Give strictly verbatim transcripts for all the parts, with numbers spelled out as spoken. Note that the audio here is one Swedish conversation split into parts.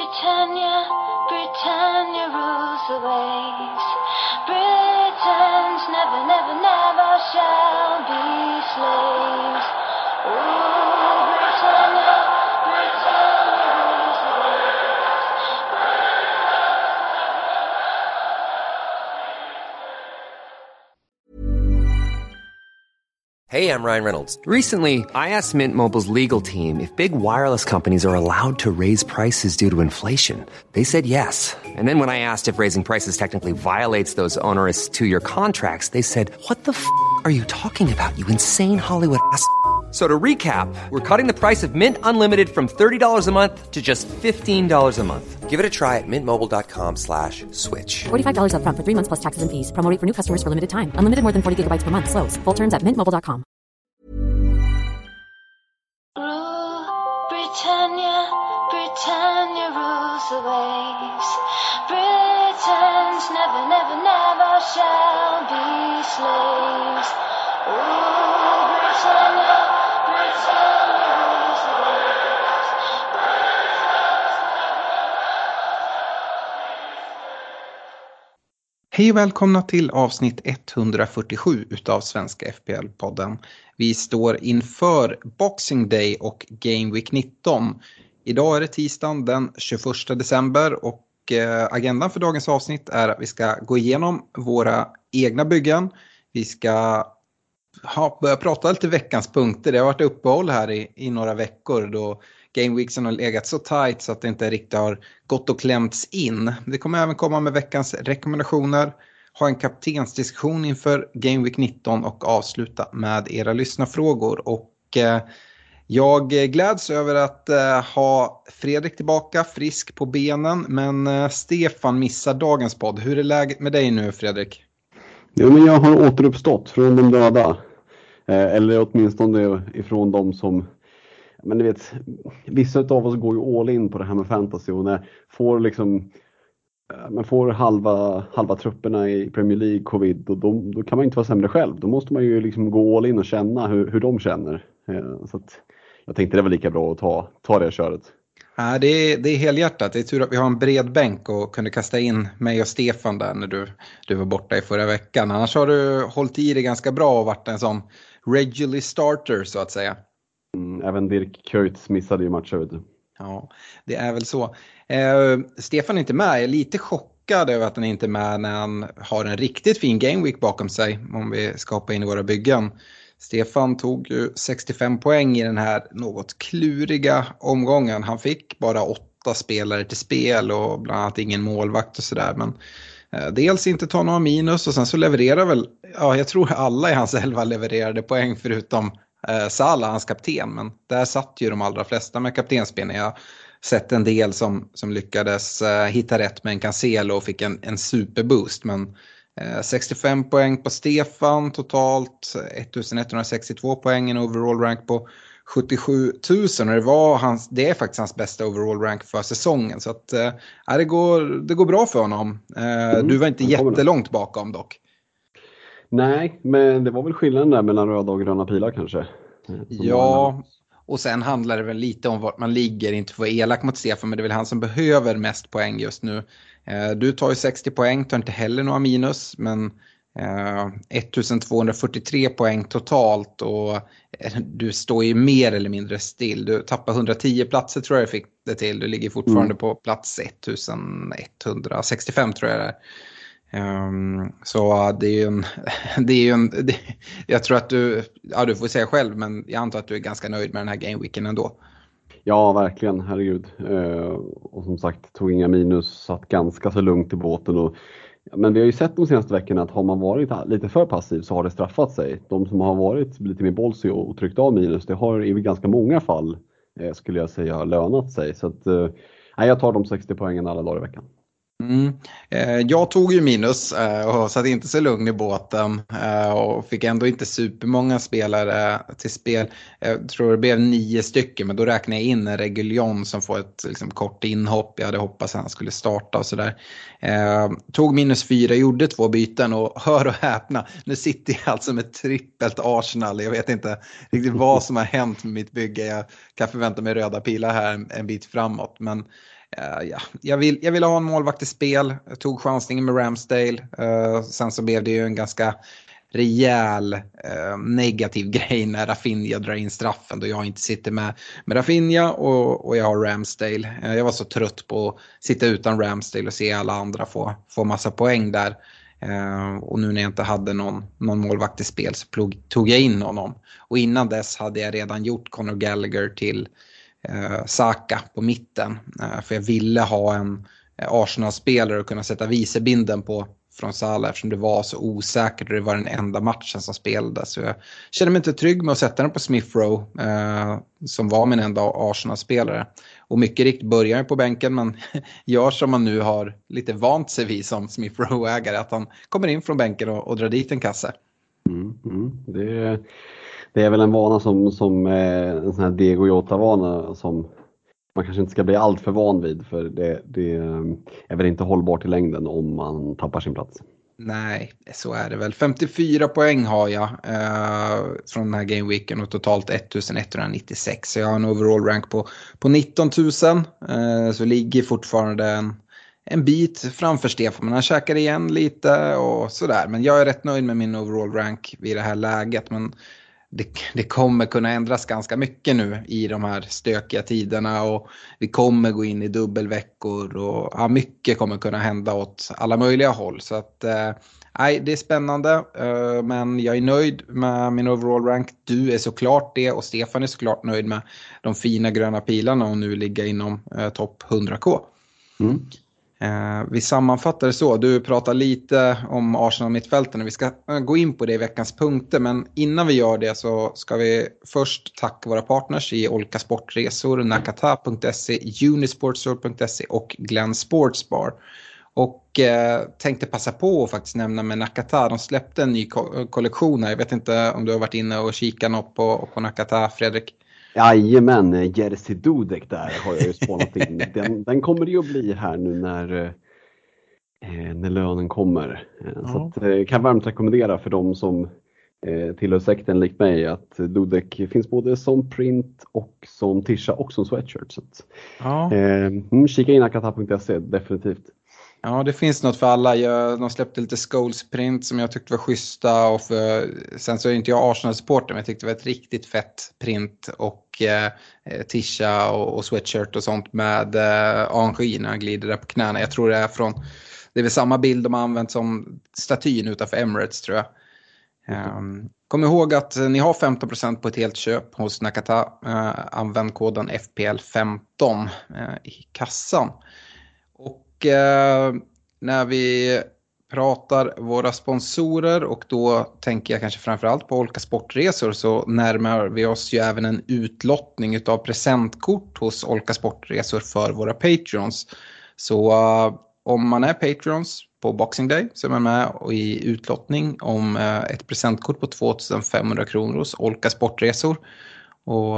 Britannia, Britannia rules the waves. Britons never, never, never shall be slaves. Oh, Britannia, Britannia rules the waves. Hey, I'm Ryan Reynolds. Recently, I asked Mint Mobile's legal team if big wireless companies are allowed to raise prices due to inflation. They said yes. And then when I asked if raising prices technically violates those onerous two-year contracts, they said, "What the f*** are you talking about, you insane Hollywood ass?" So to recap, we're cutting the price of Mint Unlimited from thirty dollars a month to just fifteen dollars a month. Give it a try at mintmobile.com slash switch. forty-five dollars up front for three months plus taxes and fees. Promo rate for new customers for limited time. Unlimited more than forty gigabytes per month. Slows full terms at mint mobile dot com. Britannia, Britannia rules the waves. Britons never, never, never shall be slaves. Oh, Britannia, Britannia rules the waves. Hej och välkomna till avsnitt etthundrafyrtiosju utav Svenska F P L-podden. Vi står inför Boxing Day och Game Week nitton. Idag är det tisdagen den tjugoförsta december och agendan för dagens avsnitt är att vi ska gå igenom våra egna byggen. Vi ska ha, börja prata lite veckans punkter. Det har varit uppehåll här i, i några veckor då Game Weeksen har legat så tight så att det inte riktigt har gått och klämts in. Det kommer även komma med veckans rekommendationer, ha en kaptensdiskussion inför Game Week nitton och avsluta med era lyssnarfrågor. Och eh, jag gläds över att eh, ha Fredrik tillbaka, frisk på benen, men eh, Stefan missar dagens podd. Hur är läget med dig nu, Fredrik? Ja, men jag har återuppstått från de döda. Eh, eller åtminstone ifrån de som... Men ni vet, vissa av oss går ju all in på det här med fantasy och när får liksom man får halva, halva trupperna i Premier League covid och då, då kan man inte vara sämre själv. Då måste man ju liksom gå all in och känna hur, hur de känner. Så att jag tänkte det var lika bra att ta, ta det köret. Ja, det är, det är helhjärtat. Det är tur att vi har en bred bänk och kunde kasta in mig och Stefan där när du, du var borta i förra veckan. Annars har du hållit i det ganska bra och varit en sån regular starter så att säga. Mm, även Dirk Kuyt missade ju matcher, vet du. Ja, det är väl så. Eh, Stefan är inte med. Jag är lite chockad över att han inte är med när han har en riktigt fin game week bakom sig. Om vi ska hoppa in i våra byggen. Stefan tog ju sextiofem poäng i den här något kluriga omgången. Han fick bara åtta spelare till spel och bland annat ingen målvakt och sådär. Men eh, dels inte ta några minus och sen så levererar väl, ja jag tror alla i hans elva levererade poäng förutom Eh, Salah, hans kapten, men där satt ju de allra flesta med kaptensbenen. Jag har sett en del som, som lyckades eh, hitta rätt med en Cancelo och fick en, en superboost, men eh, sextiofem poäng på Stefan totalt, ettusenetthundrasextiotvå poäng, en overall rank på sjuttiosju tusen och det, var hans, det är faktiskt hans bästa overall rank för säsongen, så att eh, det, går, det går bra för honom. Eh, mm, du var inte jättelångt bakom dock. Nej, men det var väl skillnaden där mellan röda och gröna pilar kanske. Ja, och sen handlar det väl lite om vart man ligger, inte för att vara elak mot Stefan, men det är väl han som behöver mest poäng just nu. Du tar ju sextio poäng, tar inte heller några minus, men ettusentvåhundrafyrtiotre poäng totalt och du står ju mer eller mindre still. Du tappar hundratio platser tror jag jag fick det till, du ligger fortfarande mm. på plats ettusenetthundrasextiofem tror jag det är. Um, så det är ju en, det är ju en det, jag tror att du, ja du får säga själv, men jag antar att du är ganska nöjd med den här gameweeken ändå. Ja, verkligen, herregud. Uh, och som sagt, tog inga minus, satt ganska så lugnt i båten. Och, men vi har ju sett de senaste veckorna att har man varit lite för passiv så har det straffat sig. De som har varit lite mer bollsy och, och tryckt av minus, det har i ganska många fall eh, skulle jag säga lönat sig. Så att, uh, jag tar de sextio poängen alla dagar i veckan. Mm. Jag tog ju minus och satt inte så lugn i båten och fick ändå inte supermånga spelare till spel. Jag tror det blev nio stycken, men då räknade jag in en Reguljon som får ett liksom, kort inhopp. Jag hade hoppats att han skulle starta och sådär. Tog minus fyra, gjorde två byten och hör och häpna. Nu sitter jag alltså med trippelt Arsenal. Jag vet inte riktigt vad som har hänt med mitt bygge. Jag kan förvänta mig röda pilar här en bit framåt, men Uh, ja. jag, vill, jag ville ha en målvakt i spel. Jag tog chansningen med Ramsdale. Uh, sen så blev det ju en ganska rejäl uh, negativ grej när Rafinha drar in straffen. Då jag inte sitter med, med Rafinha och, och jag har Ramsdale. Uh, jag var så trött på att sitta utan Ramsdale och se alla andra få, få massa poäng där. Uh, och nu när jag inte hade någon, någon målvakt i spel så plog, tog jag in honom. Och innan dess hade jag redan gjort Conor Gallagher till uh, Saka på mitten. Uh, för jag ville ha en uh, Arsenal-spelare och kunna sätta vicebinden på från Salah eftersom det var så osäkert och det var den enda matchen som spelades. Så jag kände mig inte trygg med att sätta den på Smith Rowe uh, som var min enda Arsenal-spelare. Och mycket riktigt börjar jag på bänken men gör som man nu har lite vant sig vid som Smith Rowe-ägare. Att han kommer in från bänken och, och drar dit en kasse. Mm, mm. Det, det är väl en vana som, som eh, en sån här Diego Jota-vana som man kanske inte ska bli allt för van vid. För det, det är väl inte hållbart i längden om man tappar sin plats. Nej, så är det väl. femtiofyra poäng har jag eh, från den här gameweeken och totalt ettusenetthundranittiosex. Så jag har en overall rank på, på nitton tusen. Eh, så ligger fortfarande en, en bit framför Stefan. Men han käkar igen lite och sådär. Men jag är rätt nöjd med min overall rank vid det här läget. Men det, det kommer kunna ändras ganska mycket nu i de här stökiga tiderna. Och vi kommer gå in i dubbelveckor och ja, mycket kommer kunna hända åt alla möjliga håll. Så att eh, nej, det är spännande. Eh, men jag är nöjd med min overall rank. Du är såklart det och Stefan är såklart nöjd med de fina gröna pilarna och nu ligga inom eh, topp hundra k. Mm. Eh, vi sammanfattar det så. Du pratar lite om Arsenal-mittfälten. Vi ska eh, gå in på det i veckans punkter. Men innan vi gör det så ska vi först tacka våra partners i Olka Sportresor, Nakata punkt se, Unisportstore punkt se och Glenn Sportsbar. Och eh, tänkte passa på att faktiskt nämna med Nakata. De släppte en ny ko- kollektion här. Jag vet inte om du har varit inne och kikat något på, på Nakata, Fredrik. Jajamän, Jerzy Dudek där har jag ju spånat in. Den, den kommer det ju att bli här nu när, eh, när lönen kommer. Mm. Så att, eh, kan varmt rekommendera för de som eh, tillhör sekten likt mig att Dudek finns både som print och som tisha och som sweatshirt. Så att, ja. eh, kika in akata punkt se definitivt. Ja, det finns något för alla. Jag, de släppte lite Scholes-print som jag tyckte var schyssta. Och för, sen så är inte jag Arsenal-supporter, men jag tyckte det var ett riktigt fett print. Och eh, tisha och, och sweatshirt och sånt med eh, Henry när han glider där på knäna. Jag tror det är från, det är väl samma bild de har använt som statyn utanför Emirates tror jag. Um, kom ihåg att ni har femton procent på ett helt köp hos Nakata. Uh, använd koden F P L femton uh, i kassan. Och Eh, när vi pratar våra sponsorer och då tänker jag kanske framförallt på Olka Sportresor så närmar vi oss ju även en utlottning utav presentkort hos Olka Sportresor för våra Patreons. Så uh, om man är Patreons på Boxing Day så är man med och i utlottning om uh, ett presentkort på tvåtusenfemhundra kronor hos Olka Sportresor. Och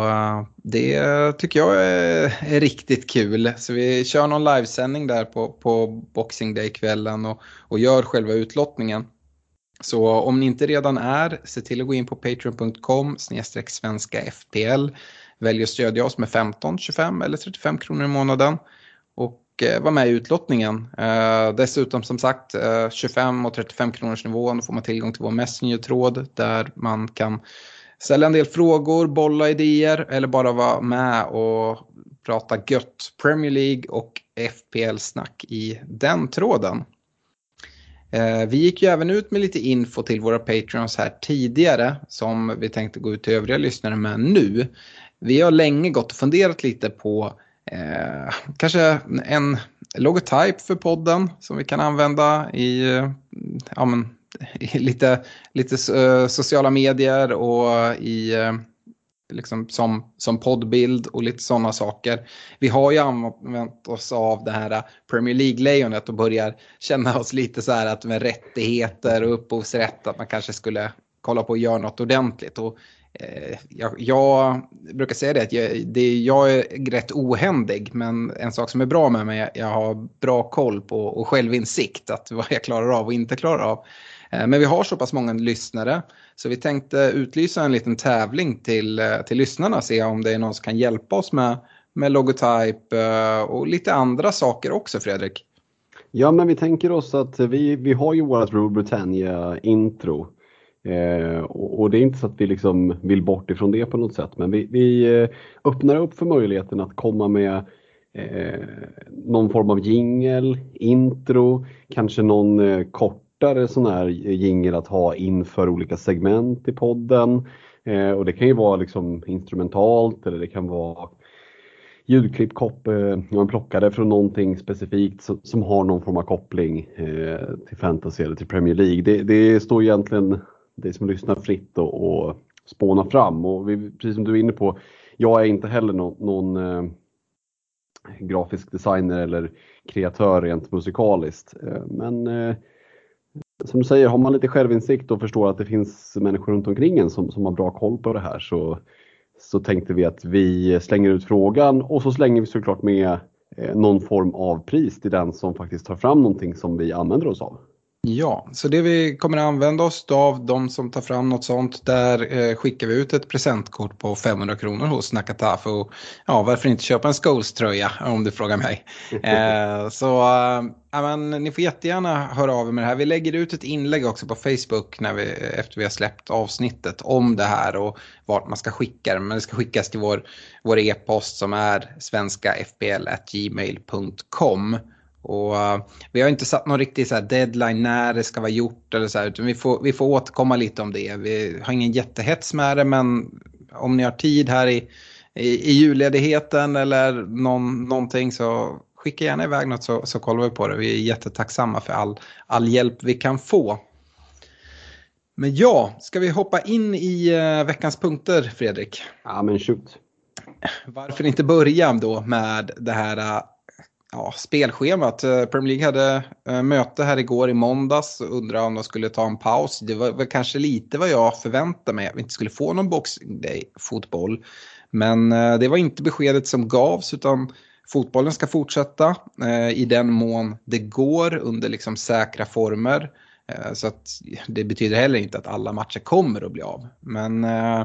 det tycker jag är, är riktigt kul. Så vi kör någon livesändning där på, på Boxing Day-kvällen och, och gör själva utlottningen. Så om ni inte redan är, se till att gå in på patreon punkt com snedstreck svenska F P L. Välj att stödja oss med femton, tjugofem eller trettiofem kronor i månaden. Och eh, var med i utlottningen. Eh, dessutom som sagt eh, tjugofem och trettiofem kronors nivån. Då får man tillgång till vår Messenger-tråd där man kan ställa en del frågor, bolla idéer eller bara vara med och prata gött Premier League och F P L-snack i den tråden. Eh, vi gick ju även ut med lite info till våra Patreons här tidigare som vi tänkte gå ut till övriga lyssnare med nu. Vi har länge gått och funderat lite på eh, kanske en logotyp för podden som vi kan använda i ja, men, lite, lite uh, sociala medier och i uh, liksom som, som poddbild och lite sådana saker. Vi har ju använt oss av det här Premier League-lejonet och börjar känna oss lite så här att med rättigheter och upphovsrätt att man kanske skulle kolla på att göra något ordentligt. Och eh, jag, jag brukar säga det att jag, det, jag är rätt ohändig, men en sak som är bra med mig, jag har bra koll på och självinsikt att vad jag klarar av och inte klarar av. Men vi har så pass många lyssnare så vi tänkte utlysa en liten tävling till, till lyssnarna. Se om det är någon som kan hjälpa oss med, med logotyp och lite andra saker också, Fredrik. Ja, men vi tänker oss att vi, vi har ju vårat Rule Britannia intro. Eh, och, och det är inte så att vi liksom vill bort ifrån det på något sätt. Men vi, vi eh, öppnar upp för möjligheten att komma med eh, någon form av jingle, intro, kanske någon eh, kortare sån här jingle att ha inför olika segment i podden. Eh, och det kan ju vara liksom instrumentalt, eller det kan vara ljudklipp eh, plockade från någonting specifikt som, som har någon form av koppling eh, till fantasy eller till Premier League. Det, det står egentligen det som lyssnar fritt och, och spåna fram. Och vi, precis som du är inne på, jag är inte heller någon, någon eh, grafisk designer eller kreatör rent musikaliskt. Eh, men eh, som du säger, har man lite självinsikt och förstår att det finns människor runt omkring en som, som har bra koll på det här, så så tänkte vi att vi slänger ut frågan, och så slänger vi såklart med eh, någon form av pris till den som faktiskt tar fram någonting som vi använder oss av. Ja, så det vi kommer att använda oss av, de som tar fram något sånt, där eh, skickar vi ut ett presentkort på femhundra kronor hos Nakatafu. Och ja, varför inte köpa en Scholes-tröja om du frågar mig. eh, så äh, men, ni får jättegärna höra av er med det här. Vi lägger ut ett inlägg också på Facebook när vi, efter vi har släppt avsnittet om det här och vart man ska skicka det. Men det ska skickas till vår, vår e-post som är svenska f b l at gmail punkt com. Och uh, vi har inte satt någon riktig så här deadline när det ska vara gjort eller så här, utan vi får, vi får återkomma lite om det. Vi har ingen jättehets med det, men om ni har tid här i, i, i julledigheten eller någon, någonting, så skicka gärna iväg något, så, så kollar vi på det. Vi är jättetacksamma för all, all hjälp vi kan få. Men ja, ska vi hoppa in i uh, veckans punkter, Fredrik? Ja, men shoot. Varför inte börja då med det här uh, Ja, spelschemat. Premier League hade äh, möte här igår i måndags. Undrar om de skulle ta en paus. Det var väl kanske lite vad jag förväntade mig. Att vi inte skulle få någon Boxing Day-fotboll. Men äh, det var inte beskedet som gavs, utan fotbollen ska fortsätta äh, i den mån det går under liksom säkra former. Äh, så att det betyder heller inte att alla matcher kommer att bli av. Men äh,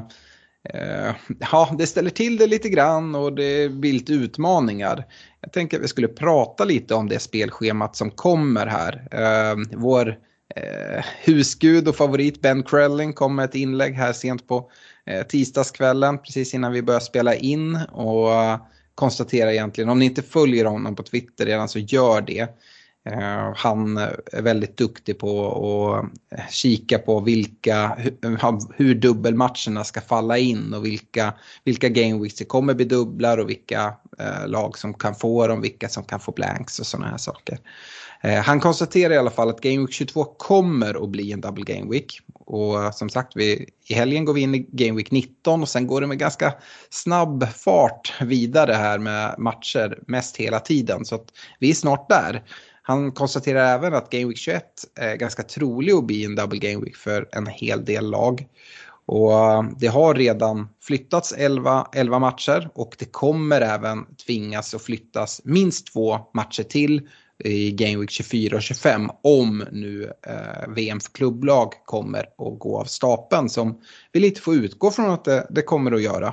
Uh, ja, det ställer till det lite grann och det blir lite utmaningar. Jag tänker att vi skulle prata lite om det spelschemat som kommer här. Uh, vår uh, husgud och favorit Ben Crelling kom med ett inlägg här sent på uh, tisdagskvällen, precis innan vi börjar spela in, och uh, konstatera egentligen, om ni inte följer honom på Twitter redan, så gör det. Uh, han är väldigt duktig på att kika på vilka, hur, hur dubbelmatcherna ska falla in och vilka, vilka gameweeks det kommer bli dubblar och vilka uh, lag som kan få dem, vilka som kan få blanks och sådana här saker. Uh, han konstaterar i alla fall att Game Week tjugotvå kommer att bli en double game week, och uh, som sagt, vi, i helgen går vi in i Game Week nitton och sen går det med ganska snabb fart vidare här med matcher mest hela tiden, så att vi är snart där. Han konstaterar även att Game Week tjugoett är ganska trolig att bli en double game week för en hel del lag. Och det har redan flyttats elva, elva matcher, och det kommer även tvingas att flyttas minst två matcher till i Game Week tjugofyra och tjugofem om nu eh, V M för klubblag kommer att gå av stapeln, som vi lite får utgå från att det, det kommer att göra.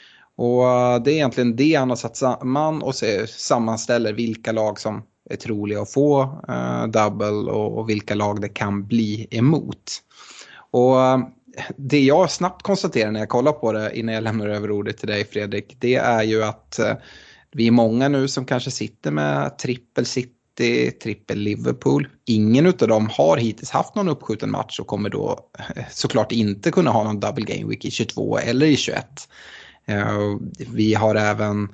Och det är egentligen det han har satt samman och sammanställer vilka lag som är troliga att få uh, double och, och vilka lag det kan bli emot. Och uh, det jag snabbt konstaterar när jag kollar på det innan jag lämnar över ordet till dig, Fredrik, det är ju att uh, vi är många nu som kanske sitter med trippel City, trippel Liverpool. Ingen av dem har hittills haft någon uppskjuten match och kommer då uh, såklart inte kunna ha någon double game week i tjugotvå eller i tjugoett. Uh, vi har även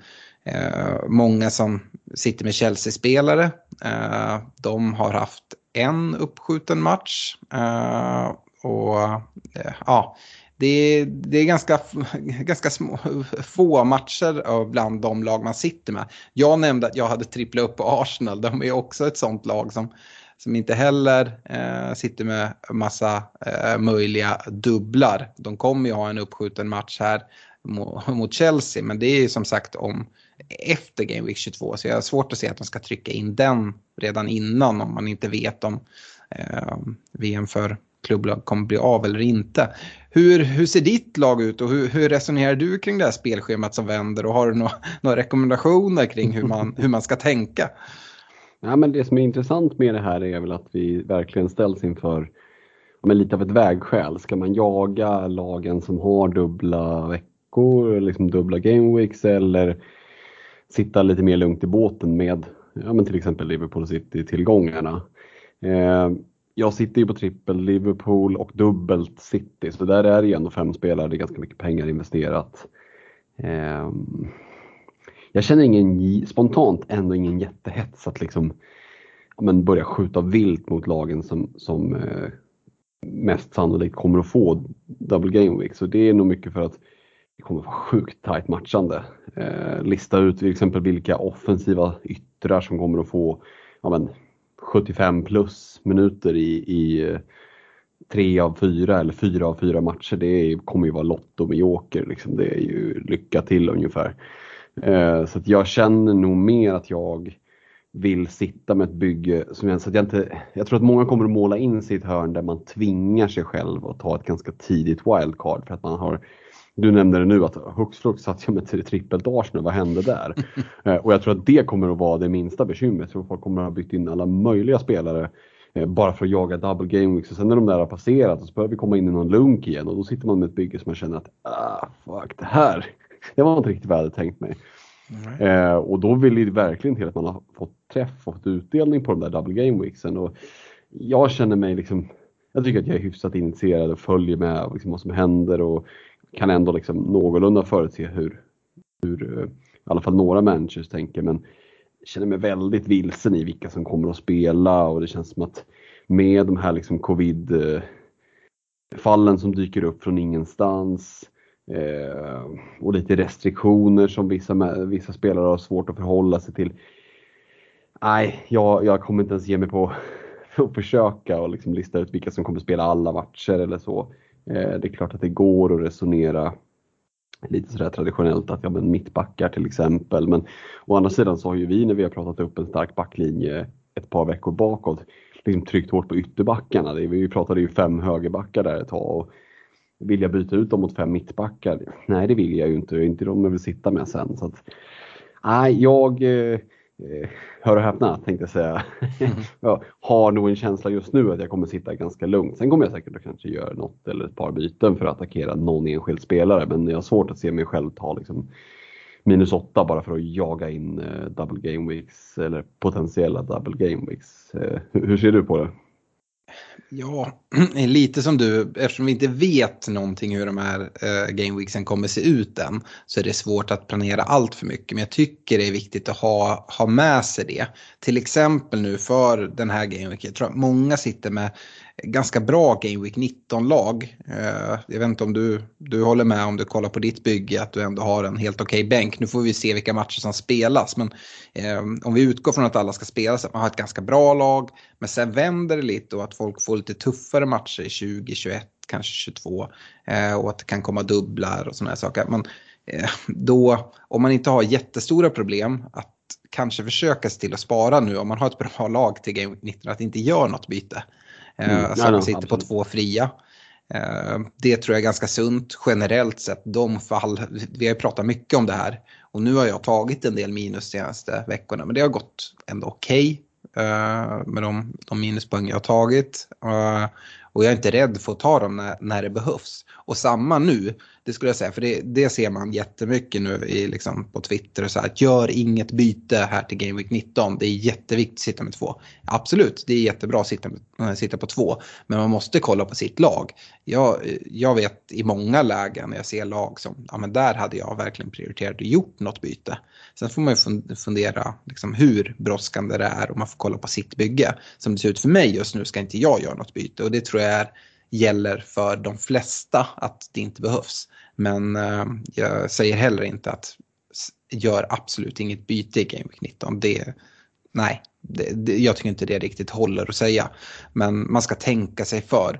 Uh, många som sitter med Chelsea-spelare. Uh, de har haft en uppskjuten match. Uh, och uh, ja, det, det är ganska, ganska små, få matcher bland de lag man sitter med. Jag nämnde att jag hade tripplat upp på Arsenal. De är också ett sånt lag som, som inte heller uh, sitter med massa uh, möjliga dubblar. De kommer ju ha en uppskjuten match här mot Chelsea, men det är ju som sagt om efter Game Week tjugotvå, så jag har svårt att se att de ska trycka in den redan innan, om man inte vet om eh, V M för klubblag kommer bli av eller inte. Hur, hur ser ditt lag ut och hur, hur resonerar du kring det här spelschemat som vänder? Och har du några, några rekommendationer kring hur man, hur man ska tänka? Ja, men det som är intressant med det här är väl att vi verkligen ställs inför men lite av ett vägskäl. Ska man jaga lagen som har dubbla veckor, liksom dubbla gameweeks, eller sitta lite mer lugnt i båten med ja, men till exempel Liverpool City-tillgångarna? Eh, jag sitter ju på trippel Liverpool och dubbelt City, så där är det ändå fem spelare, det är ganska mycket pengar investerat. Eh, jag känner ingen, spontant ändå ingen jättehets att liksom, ja, men börja skjuta vilt mot lagen som, som eh, mest sannolikt kommer att få double game week. Så det är nog mycket för att det kommer att vara sjukt tajt matchande. Eh, lista ut till exempel vilka offensiva yttrar som kommer att få ja, men, sjuttiofem plus minuter i, i tre av fyra eller fyra av fyra matcher. Det är, kommer ju vara lotto med joker. Liksom. Det är ju lycka till ungefär. Eh, så att jag känner nog mer att jag vill sitta med ett bygge som jag, så att jag inte, jag tror att många kommer att måla in sitt hörn där man tvingar sig själv att ta ett ganska tidigt wildcard för att man har, du nämnde det nu att hux flux satt jag med till trippelt Arsenal, vad hände där? eh, och jag tror att det kommer att vara det minsta bekymret. Jag tror att folk kommer att ha byggt in alla möjliga spelare eh, bara för att jaga double game weeks, och sen när de där har passerat så börjar vi komma in i någon lunk igen och då sitter man med ett bygge som man känner att ah fuck det här, det var inte riktigt vad jag hade tänkt mig. Mm. Eh, och då vill det verkligen till att man har fått träff och fått utdelning på de där double game weeksen. Och jag känner mig liksom, jag tycker att jag är hyfsat initierad och följer med liksom vad som händer och kan ändå liksom någorlunda förutse hur, hur uh, i alla fall några managers tänker. Men känner mig väldigt vilsen i vilka som kommer att spela, och det känns som att med de här liksom covid-fallen som dyker upp från ingenstans, Eh, och lite restriktioner som vissa, vissa spelare har svårt att förhålla sig till. Nej, jag, jag kommer inte ens ge mig på att försöka och liksom lista ut vilka som kommer spela alla matcher eller så. Eh, det är klart att det går att resonera lite sådär traditionellt att ja, men mittbackar till exempel. Men å andra sidan så har ju vi, när vi har pratat upp en stark backlinje ett par veckor bakåt, liksom tryckt hårt på ytterbackarna. Det, vi pratade ju fem högerbackar där ett tag, och vill jag byta ut dem mot fem mittbackar? Nej, det vill jag ju inte. Det är inte de jag vill sitta med sen. Så att, nej, jag eh, hör och häpna, tänkte jag säga. Mm. Jag har nog en känsla just nu att jag kommer sitta ganska lugnt. Sen kommer jag säkert att kanske göra något eller ett par byten för att attackera någon enskild spelare. Men jag har svårt att se mig själv ta liksom minus åtta bara för att jaga in eh, double game weeks eller potentiella double game weeks. Eh, hur, hur ser du på det? Ja, lite som du, eftersom vi inte vet någonting hur de här eh, gameweeksen kommer se ut än, så är det svårt att planera allt för mycket. Men jag tycker det är viktigt att ha, ha med sig det. Till exempel nu för den här gameweeken, jag tror att många sitter med ganska bra gameweek nitton-lag. Eh, jag vet inte om du, du håller med, om du kollar på ditt bygge, att du ändå har en helt okej bänk. Nu får vi se vilka matcher som spelas, men eh, om vi utgår från att alla ska spela så att man har ett ganska bra lag, men sen vänder det lite och att folk får lite tuffare matcher i tjugo, tjugoett, kanske tjugotvå, eh, och att det kan komma dubblar och såna här saker. Men eh, då, om man inte har jättestora problem, att kanske försöka se till att spara nu, om man har ett bra lag till Game nitton, att inte göra något byte. Mm, uh, så man sitter absolut på två fria. Uh, det tror jag är ganska sunt generellt sett. De fall, vi har ju pratat mycket om det här, och nu har jag tagit en del minus de senaste veckorna, men det har gått ändå okej okay, uh, med de, de minuspoäng jag har tagit. Uh, och jag är inte rädd för att ta dem när, när det behövs. Och samma nu, det skulle jag säga, för det, det ser man jättemycket nu i, liksom, på Twitter och så här, att gör inget byte här till Game Week nitton. Det är jätteviktigt att sitta med två. Absolut, det är jättebra att sitta, med, sitta på två, men man måste kolla på sitt lag. Jag, jag vet i många lägen när jag ser lag som, ja men där hade jag verkligen prioriterat och gjort något byte. Sen får man ju fundera liksom, hur brådskande det är, och man får kolla på sitt bygge. Som det ser ut för mig just nu ska inte jag göra något byte, och det tror jag är, gäller för de flesta att det inte behövs. Men eh, jag säger heller inte att gör absolut inget byte i Game Week nitton. Det, nej, det, det, jag tycker inte det riktigt håller att säga. Men man ska tänka sig för.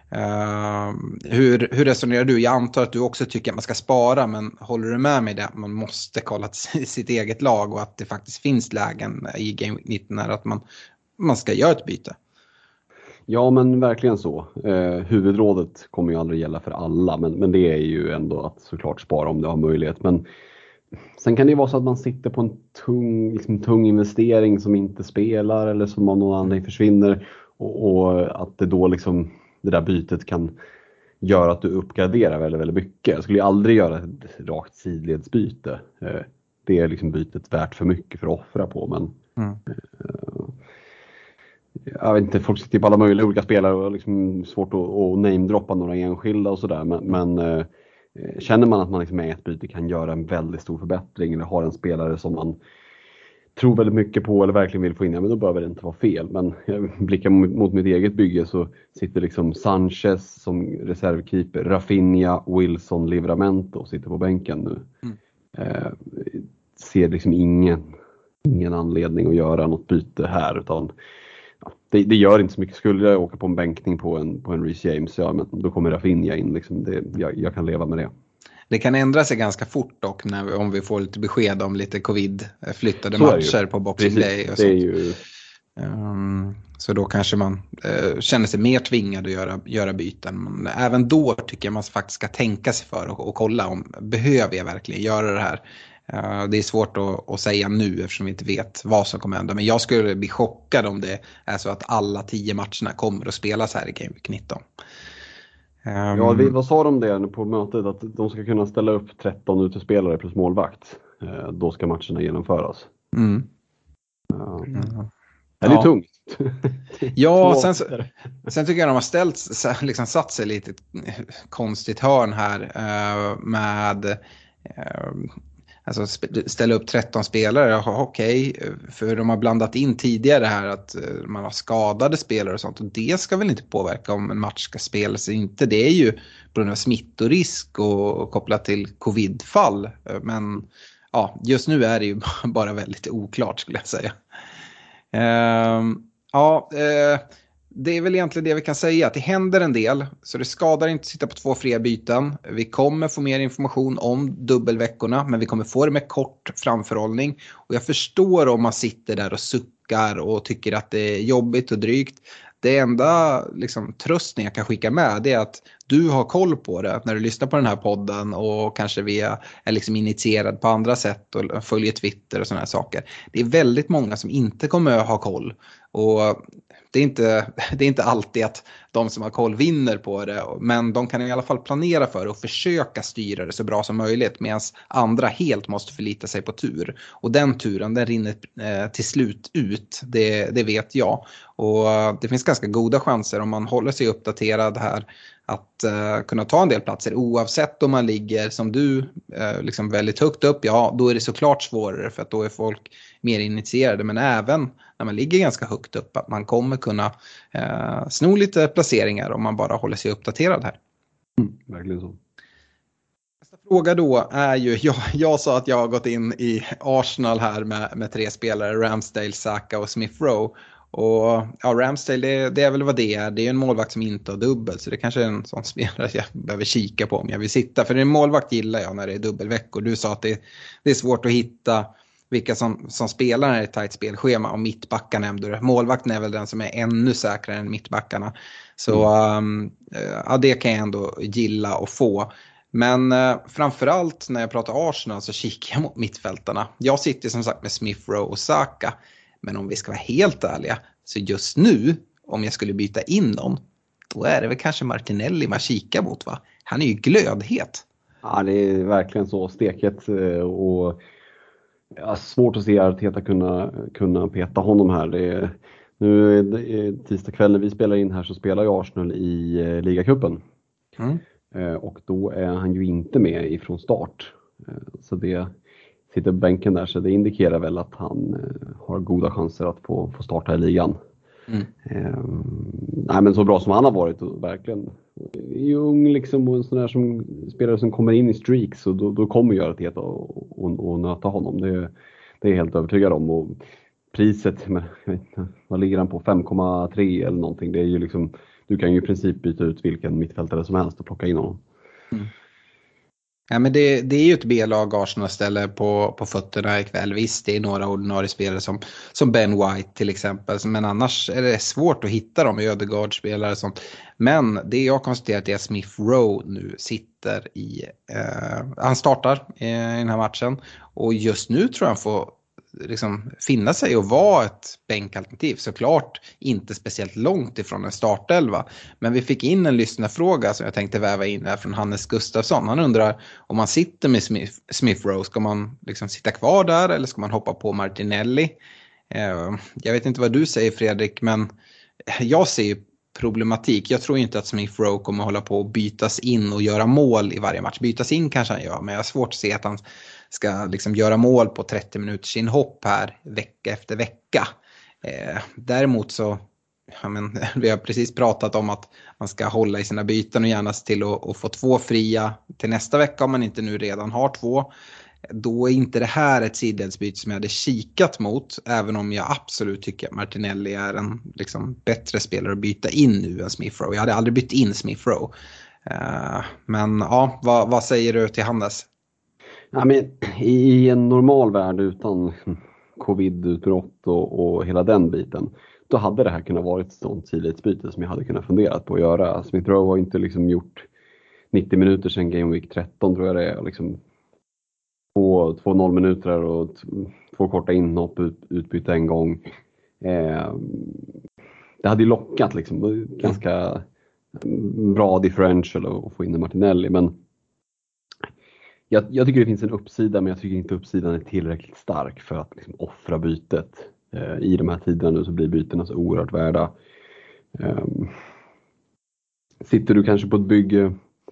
Uh, hur, hur resonerar du? Jag antar att du också tycker att man ska spara, men håller du med mig där att man måste kolla till sitt eget lag, och att det faktiskt finns lägen i Game Week nitton här att man, man ska göra ett byte? Ja, men verkligen så. Eh, huvudrådet kommer ju aldrig gälla för alla, men, men det är ju ändå att såklart spara om du har möjlighet. Men sen kan det ju vara så att man sitter på en tung, liksom, tung investering som inte spelar eller som av någon anledning försvinner, och, och att det då liksom, det där bytet kan göra att du uppgraderar väldigt, väldigt mycket. Jag skulle ju aldrig göra ett rakt sidledsbyte. Eh, det är liksom bytet värt för mycket för att offra på, men mm. eh, jag vet inte, folk sitter på alla möjliga olika spelare och liksom svårt att, att namedroppa några enskilda och sådär, men, men eh, känner man att man liksom med ett byte kan göra en väldigt stor förbättring eller har en spelare som man tror väldigt mycket på eller verkligen vill få in, ja, men då behöver det inte vara fel. Men jag blickar mot, mot mitt eget bygge, så sitter liksom Sanchez som reservkeeper, Rafinha, Wilson, Livramento sitter på bänken nu. Mm. Eh, ser liksom ingen, ingen anledning att göra något byte här, utan ja, det, det gör inte så mycket. Skulle jag åka på en bänkning på en, på en Reece James, ja, men då kommer Rafinha in. Liksom. Det, jag, jag kan leva med det. Det kan ändra sig ganska fort dock när, om vi får lite besked om lite covid-flyttade matcher på Boxing Precis, Day. Och det är ju... um, så då kanske man uh, känner sig mer tvingad att göra, göra byten. Men även då tycker jag man faktiskt ska tänka sig för och, och kolla om behöver jag verkligen göra det här. Uh, det är svårt att, att säga nu eftersom vi inte vet vad som kommer hända. Men jag skulle bli chockad om det är så att alla tio matcherna kommer att spelas här i Game Week nitton. Um, ja, vi, vad sa de det på mötet? Att de ska kunna ställa upp tretton utespelare plus målvakt. Uh, då ska matcherna genomföras. Mm. Uh, mm. Det är ja. tungt. Ja, sen, sen tycker jag de har ställt, liksom satt sig lite konstigt hörn här uh, med... Uh, Alltså ställa upp tretton spelare, jaha, okej, för de har blandat in tidigare här att man har skadade spelare och sånt, och det ska väl inte påverka om en match ska spelas eller inte. Det är ju på grund av smittorisk och kopplat till covidfall, men ja, just nu är det ju bara väldigt oklart skulle jag säga. Ehm, ja, eh, det är väl egentligen det vi kan säga, att det händer en del, så det skadar inte att sitta på två fria byten. Vi kommer få mer information om dubbelveckorna, men vi kommer få det med kort framförhållning. Och jag förstår om man sitter där och suckar och tycker att det är jobbigt och drygt. Det enda liksom, trösten jag kan skicka med, det är att du har koll på det när du lyssnar på den här podden och kanske via, är liksom initierad på andra sätt och följer Twitter och såna här saker. Det är väldigt många som inte kommer att ha koll, och det är inte, det är inte alltid att de som har koll vinner på det, men de kan i alla fall planera för och försöka styra det så bra som möjligt, medan andra helt måste förlita sig på tur. Och den turen, den rinner eh, till slut ut, det, det vet jag. Och det finns ganska goda chanser om man håller sig uppdaterad här att uh, kunna ta en del platser, oavsett om man ligger som du uh, liksom väldigt högt upp. Ja, då är det såklart svårare för att då är folk mer initierade, men även när man ligger ganska högt upp att man kommer kunna uh, sno lite placeringar om man bara håller sig uppdaterad här. Mm, verkligen så. Nästa fråga då är ju, jag, jag sa att jag har gått in i Arsenal här med, med tre spelare, Ramsdale, Saka och Smith Rowe. Och ja, Ramsdale, det, det är väl vad det är. Det är en målvakt som inte har dubbel, så det kanske är en sån spelare jag behöver kika på om jag vill sitta. För en målvakt gillar jag när det är dubbelveckor. Du sa att det, det är svårt att hitta vilka som, som spelar när det är ett tajt spelschema, och mittbackar nämnde du. Målvakten är väl den som är ännu säkrare än mittbackarna. Så um, ja, det kan jag ändå gilla och få. Men uh, framförallt när jag pratar Arsenal så kikar jag mot mittfältarna. Jag sitter som sagt med Smith Rowe och Saka. Men om vi ska vara helt ärliga, så just nu, om jag skulle byta in någon, då är det väl kanske Martinelli man kikar mot, va? Han är ju glödhet. Ja, det är verkligen så steket, och ja, svårt att se Arteta kunna, kunna peta honom här. Det är, nu är tisdag kväll när vi spelar in här, så spelar ju Arsenal i eh, ligacupen. Mm. Eh, och då är han ju inte med ifrån start. Eh, så det... sitter på bänken där, så det indikerar väl att han eh, har goda chanser att få, få starta i ligan. Mm. Eh, nej, men så bra som han har varit, och verkligen är ung liksom, och en sån där som spelare som kommer in i streaks, och då, då kommer göra det och, och, och nöta honom. Det, det är helt övertygad om. Och priset, med, vad ligger han på? fem komma tre eller någonting. Det är ju liksom, du kan ju i princip byta ut vilken mittfältare som helst och plocka in honom. Mm. Ja, men det, det är ju ett B-lag Arsenal ställer på, på fötterna ikväll. Visst, det är några ordinarie spelare som, som Ben White till exempel. Men annars är det svårt att hitta dem i Ödegaard-spelare och sånt. Men det jag konstaterat är att Smith Rowe nu sitter i... Eh, han startar i, i den här matchen. Och just nu tror jag han får liksom finna sig och vara ett bänkalternativ. Såklart inte speciellt långt ifrån en startelva. Men vi fick in en lyssnarfråga som jag tänkte väva in här från Hannes Gustafsson. Han undrar om man sitter med Smith, Smith Rowe, ska man liksom sitta kvar där eller ska man hoppa på Martinelli? Eh, jag vet inte vad du säger Fredrik, men jag ser ju problematik. Jag tror inte att Smith Rowe kommer hålla på att bytas in och göra mål i varje match. Bytas in kanske han gör, men jag har svårt att se att han ska liksom göra mål på trettio minuters inhopp här vecka efter vecka. Eh, däremot så, ja, men, vi har precis pratat om att man ska hålla i sina byten och gärna se till att, att få två fria till nästa vecka om man inte nu redan har två. Då är inte det här ett sidledsbyte som jag hade kikat mot, även om jag absolut tycker att Martinelli är en liksom, bättre spelare att byta in nu än Smith Rowe. Jag hade aldrig bytt in Smith Rowe. Uh, men ja, vad, vad säger du till Hannes? Ja, men i en normal värld utan covid-utbrott och, och hela den biten, då hade det här kunnat vara ett sånt sidledsbyte som jag hade kunnat funderat på att göra. Smith Rowe har inte liksom gjort nittio minuter sedan Game Week tretton tror jag det är. Liksom Två, två noll minuter och t- två korta inhopp, ut, utbyte en gång. Eh, det hade ju lockat liksom, ganska bra differential att få in en Martinelli. Men jag, jag tycker det finns en uppsida, men jag tycker inte uppsidan är tillräckligt stark för att liksom, offra bytet. Eh, I de här tiderna nu så blir bytena så oerhört värda. Eh, sitter du kanske på ett bygge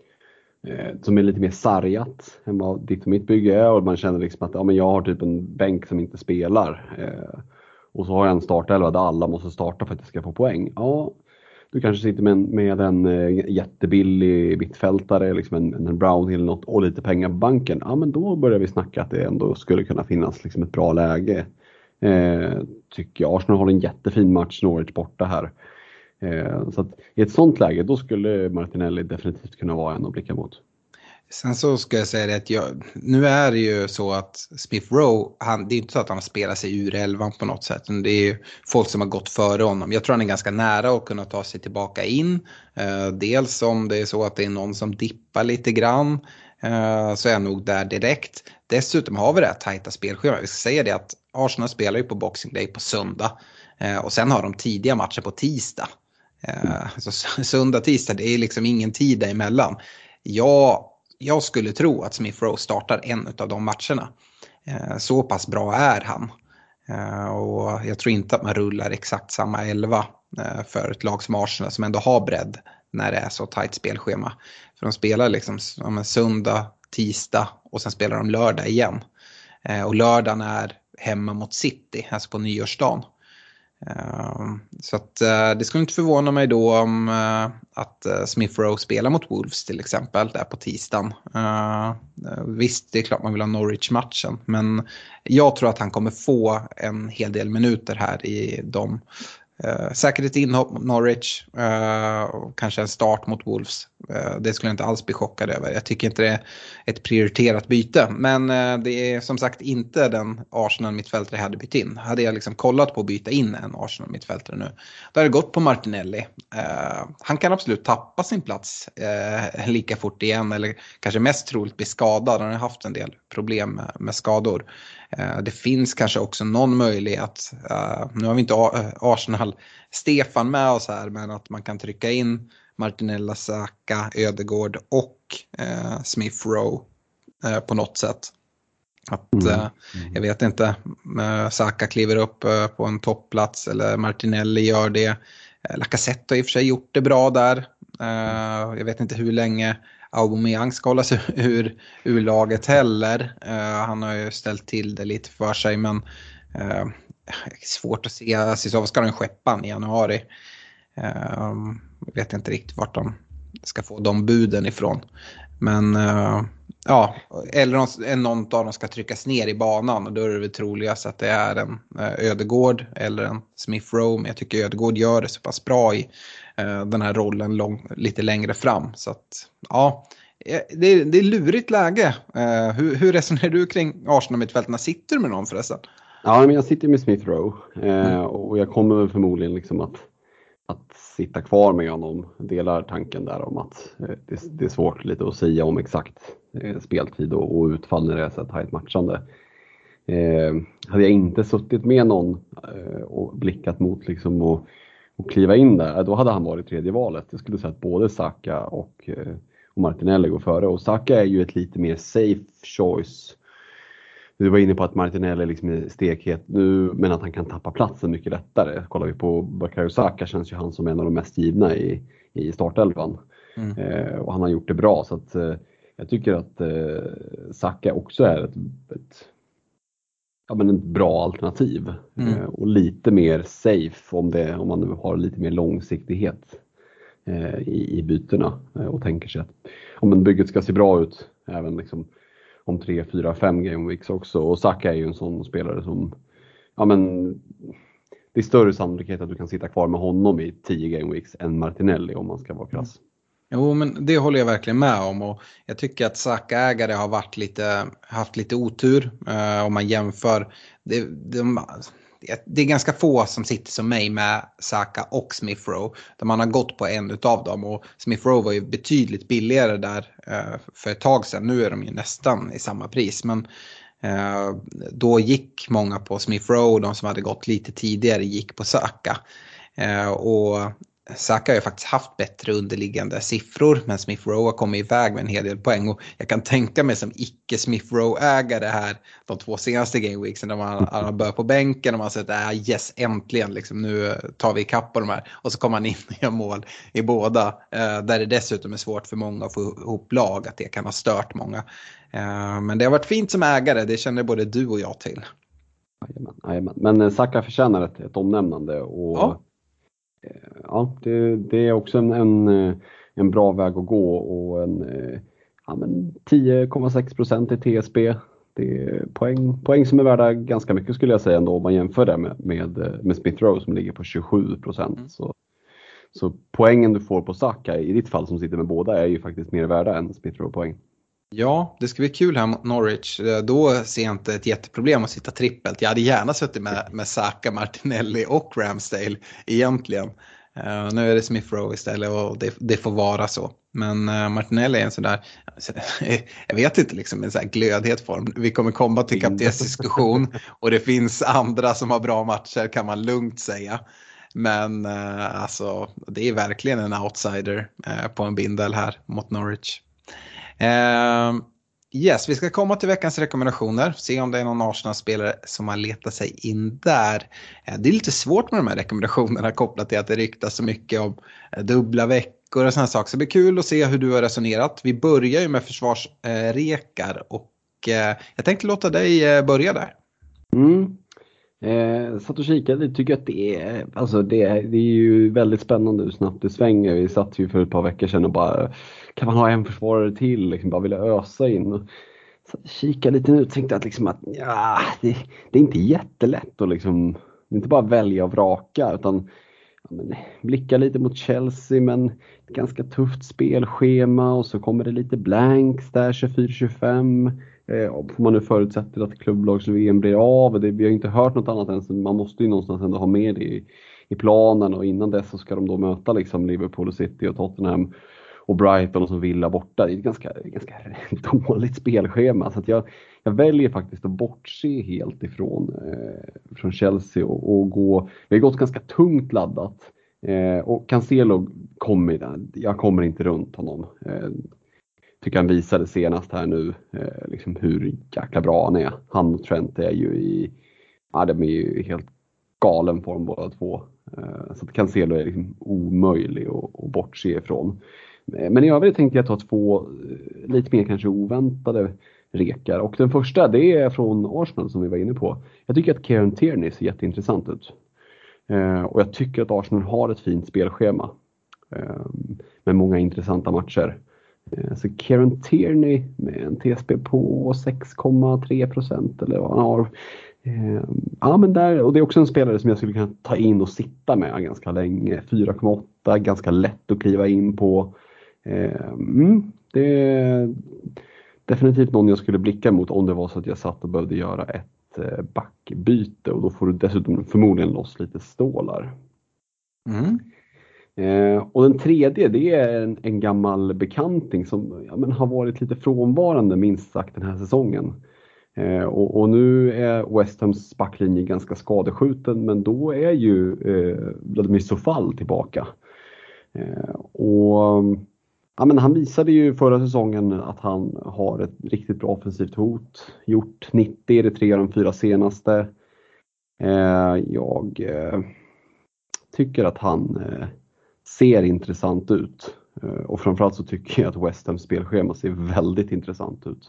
som är lite mer sargat än vad ditt och mitt bygge är, och man känner liksom att ja, men jag har typ en bänk som inte spelar eh, och så har jag en startelva där alla måste starta för att jag ska få poäng. Ja, du kanske sitter med en, med en eh, jättebillig mittfältare, liksom en, en Brownhill något, och lite pengar på banken. Ja, men då börjar vi snacka att det ändå skulle kunna finnas liksom ett bra läge. Eh, tycker jag. Arsenal har en jättefin match, Norwich borta här. Så att i ett sånt läge då skulle Martinelli definitivt kunna vara en att blicka mot. Sen så ska jag säga det att jag, nu är det ju så att Smith Rowe, han, det är inte så att han spelar sig ur elvan på något sätt. Det är ju folk som har gått före honom. Jag tror han är ganska nära att kunna ta sig tillbaka in. Eh, dels om det är så att det är någon som dippar lite grann, eh, så är jag nog där direkt. Dessutom har vi det här tajta spelschemat. Vi ska säga det att Arsenal spelar ju på Boxing Day på söndag. Eh, och sen har de tidiga matcher på tisdag. Uh, alltså, söndag, tisdag, det är liksom ingen tid däremellan. Jag, jag skulle tro att Smith Rowe startar en av de matcherna. Uh, så pass bra är han. Uh, och jag tror inte att man rullar exakt samma elva uh, för ett lag som Arsenal som ändå har bredd när det är så tajt spelschema. För de spelar liksom ja, söndag, tisdag och sen spelar de lördag igen. Uh, och lördagen är hemma mot City, alltså på nyårsdagen. Uh, så att uh, det skulle inte förvåna mig då om uh, att uh, Smith Rowe spelar mot Wolves till exempel där på tisdagen. Uh, uh, visst, det är klart man vill ha Norwich-matchen, men jag tror att han kommer få en hel del minuter här i de. Uh, säkert ett inhopp mot Norwich uh, och kanske en start mot Wolves. Uh, det skulle jag inte alls bli chockad över. Jag tycker inte det är ett prioriterat byte. Men uh, det är som sagt inte den Arsenal-mittfältare jag hade bytt in. Hade jag liksom kollat på att byta in en Arsenal-mittfältare nu, då hade det gått på Martinelli. Uh, han kan absolut tappa sin plats uh, lika fort igen, eller kanske mest troligt bli skadad. Han har haft en del problem med, med skador. Uh, det finns kanske också någon möjlighet, uh, nu har vi inte Arsenal Stefan med oss här, men att man kan trycka in Martinelli, Saka, Ödegaard och uh, Smith Rowe uh, på något sätt. Att, mm. uh, jag vet inte, uh, Saka kliver upp uh, på en toppplats eller Martinelli gör det. Uh, Lacazette har i och för sig gjort det bra där. Uh, jag vet inte hur länge Aubameyang ska hålla sig ur, ur laget heller. Uh, han har ju ställt till det lite för sig, men uh, svårt att se. Alltså, ska den skeppan i januari. Uh, jag vet inte riktigt vart de ska få de buden ifrån. Men uh, ja, eller någon, någon av dem ska tryckas ner i banan, och då är det väl troligast att det är en uh, Ödegaard eller en Smith Rowe. Men jag tycker Ödegaard gör det så pass bra i uh, den här rollen lång, lite längre fram. Så att ja, det, är, det är lurigt läge. Uh, hur, hur resonerar du kring Arsenal-mittfältarna? Sitter du med någon förresten? Ja, men jag sitter med Smith Rowe. Eh, mm. Och jag kommer väl förmodligen liksom att, att sitta kvar med honom. Delar tanken där om att eh, det, det är svårt lite att säga om exakt eh, speltid och, och utfall när det är så tajt matchande. Eh, hade jag inte suttit med någon eh, och blickat mot liksom och, och kliva in där, då hade han varit tredje valet. Jag skulle säga att både Saka och, eh, och Martinelli går före. Och Saka är ju ett lite mer safe choice. Du var inne på att Martinelli liksom är stekhet nu, men att han kan tappa platsen mycket lättare. Kollar vi på Bukayo Saka känns ju han som en av de mest givna i, i startelvan. Mm. Eh, och han har gjort det bra, så att eh, jag tycker att eh, Saka också är ett, ett ja, men ett bra alternativ. Mm. Eh, och lite mer safe om, det, om man nu har lite mer långsiktighet eh, i, i bytena. Eh, och tänker sig att om en bygget ska se bra ut även liksom om tre, fyra, fem game weeks också. Och Saka är ju en sån spelare som, ja men, det är större sannolikhet att du kan sitta kvar med honom i tio game weeks än Martinelli om man ska vara krass. Jo, men det håller jag verkligen med om, och jag tycker att Saka-ägare har varit lite, haft lite otur eh, om man jämför. Det, de, det är ganska få som sitter som mig med Saka och Smith Rowe, där man har gått på en utav dem, och Smith Rowe var ju betydligt billigare där eh, för ett tag sedan. Nu är de ju nästan i samma pris, men eh, då gick många på Smith Rowe, de som hade gått lite tidigare gick på Saka. Eh, och Saka har ju faktiskt haft bättre underliggande siffror, men Smith Rowe har kommit iväg med en hel del poäng, och jag kan tänka mig som icke Smith Rowe-ägare här de två senaste gameweeksen när man har börjat på bänken och man säger att äh, yes, äntligen liksom, nu tar vi ikapp på de här, och så kommer man in och gör mål i båda, eh, där det dessutom är svårt för många att få ihop lag, att det kan ha stört många. Eh, men det har varit fint som ägare, det känner både du och jag till. Jajamän, jajamän. Men Saka förtjänar ett, ett omnämnande, och ja. Ja, det, det är också en, en, en bra väg att gå, och en ja, men tio komma sex procent i T S B. Det är poäng, poäng som är värda ganska mycket, skulle jag säga ändå, om man jämför det med, med, med Smith Rowe som ligger på tjugosju procent. Mm. Så, så poängen du får på Saka i ditt fall som sitter med båda är ju faktiskt mer värda än Smith Rowe-poäng. Ja, det ska bli kul här mot Norwich. Då ser jag inte ett jätteproblem att sitta trippelt. Jag hade gärna suttit med, med Saka, Martinelli och Ramsdale egentligen. Uh, nu är det Smith Rowe istället, och det, det får vara så. Men uh, Martinelli är en sån där, jag vet inte, liksom en sån här glödhet form. Vi kommer komma till kaptensdiskussion, och det finns andra som har bra matcher, kan man lugnt säga. Men uh, alltså, det är verkligen en outsider uh, på en bindel här mot Norwich. Uh, yes, vi ska komma till veckans rekommendationer. Se om det är någon Arsenal-spelare som har letat sig in där. Uh, det är lite svårt med de här rekommendationerna kopplat till att det ryktas så mycket om uh, dubbla veckor och sådana saker. Så det blir kul att se hur du har resonerat. Vi börjar ju med försvarsrekar, uh, och uh, jag tänkte låta dig uh, börja där. Mm. Eh, satt och kikade, tycker att det är, alltså det, är, det är ju väldigt spännande hur snabbt det svänger. Vi satt ju för ett par veckor sedan och bara, kan man ha en försvarare till, liksom bara vilja ösa in. Och satt och kikade lite nu och tänkte att, liksom att ja, det, det är inte jättelätt att liksom, det är inte bara välja och vraka, utan ja, men, blicka lite mot Chelsea, men ett ganska tufft spelschema, och så kommer det lite blanks där tjugofyra tjugofem. Eh, får man nu förutsätter att klubblags-V M blir av. Det, vi har inte hört något annat än så man måste ju någonstans ändå ha med det i, i planen, och innan dess så ska de då möta liksom Liverpool och City och Tottenham och Brighton och så Villa borta. Det är ett ganska, ganska dåligt spelschema, så att jag, jag väljer faktiskt att bortse helt ifrån eh, från Chelsea och, och gå, vi har gått ganska tungt laddat, eh, och Cancelo kommer där, jag kommer inte runt honom. eh, Tycker han visade senast här nu eh, liksom hur jäkla bra han är. Han och Trent är ju i, ja, de är ju helt galen form båda två. Eh, så att Cancelo är liksom omöjlig att, att bortse ifrån. Men i övrigt tänkte jag ta två lite mer kanske oväntade rekar. Och den första, det är från Arsenal som vi var inne på. Jag tycker att Kieran Tierney ser jätteintressant ut. Eh, och jag tycker att Arsenal har ett fint spelschema. Eh, med många intressanta matcher. Så Kieran Tierney med en T S B på sex komma tre procent eller vad han har. Ja, men där, och det är också en spelare som jag skulle kunna ta in och sitta med ganska länge. fyra komma åtta, ganska lätt att kliva in på. Mm, det är definitivt någon jag skulle blicka mot om det var så att jag satt och behövde göra ett backbyte, och då får du dessutom förmodligen loss lite stålar. Mm. Eh, och den tredje, det är en, en gammal bekanting som ja, men har varit lite frånvarande minst sagt den här säsongen. Eh, och, och nu är West Hams backlinje ganska skadeskjuten, men då är ju eh, Vladimir Sofal tillbaka. Eh, och ja, men han visade ju förra säsongen att han har ett riktigt bra offensivt hot. Gjort nittio i de tre av de fyra senaste. Eh, jag eh, tycker att han eh, ser intressant ut. Eh, och framförallt så tycker jag att West Hams spelschema ser väldigt intressant ut.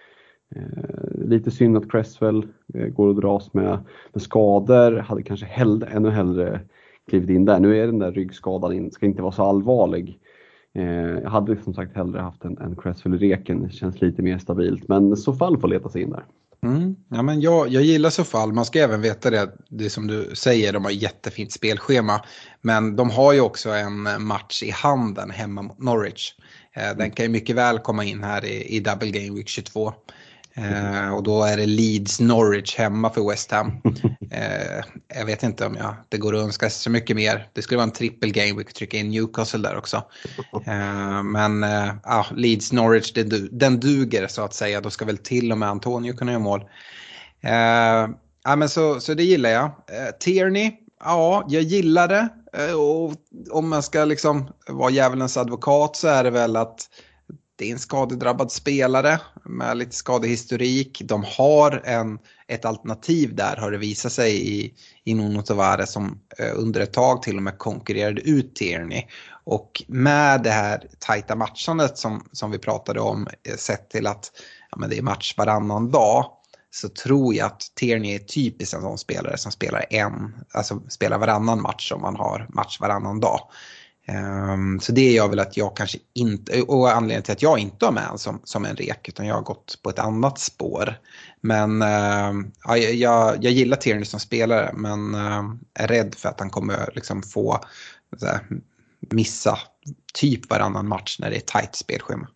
Eh, lite synd att Cresswell eh, går att dras med, med skador. Hade kanske hellre, ännu hellre klivit in där. Nu är den där ryggskadan in, ska inte vara så allvarlig. Eh, jag hade som sagt hellre haft en, en Cresswell i reken. Det känns lite mer stabilt. Men Sofal får leta sig in där. Mm. Ja, men jag, jag gillar Sofal. Man ska även veta det, det som du säger, de har jättefint spelschema. Men de har ju också en match i handen hemma mot Norwich. Eh, den kan ju mycket väl komma in här i, i Double Game Week tjugotvå. Eh, och då är det Leeds Norwich hemma för West Ham. Eh, jag vet inte om jag, det går att önska så mycket mer. Det skulle vara en triple game week, trycka in Newcastle där också. Eh, men eh, ah, Leeds Norwich, den, du, den duger så att säga. Då ska väl till och med Antonio kunna göra mål. Eh, ah, men så, så det gillar jag. Eh, Tierney, ja, jag gillar det. Eh, och om man ska liksom vara djävulens advokat så är det väl att det är en skadedrabbad spelare med lite skadehistorik. De har en, ett alternativ där, har det visat sig, i, i Nuno Tavares som eh, under ett tag till och med konkurrerade ut Tierney. Och med det här tajta matchandet som, som vi pratade om, eh, sett till att ja, men det är match varannan dag, så tror jag att Tierney är typiskt en sån spelare som spelar en, alltså spelar varannan match om man har match varannan dag. Um, så det är jag väl att jag kanske inte, och anledningen till att jag inte har med en som, som en rek, utan jag har gått på ett annat spår. Men uh, ja, jag, jag gillar Tierney som spelare, men uh, är rädd för att han kommer liksom få så här, missa typ varannan match när det är tajt spelschema.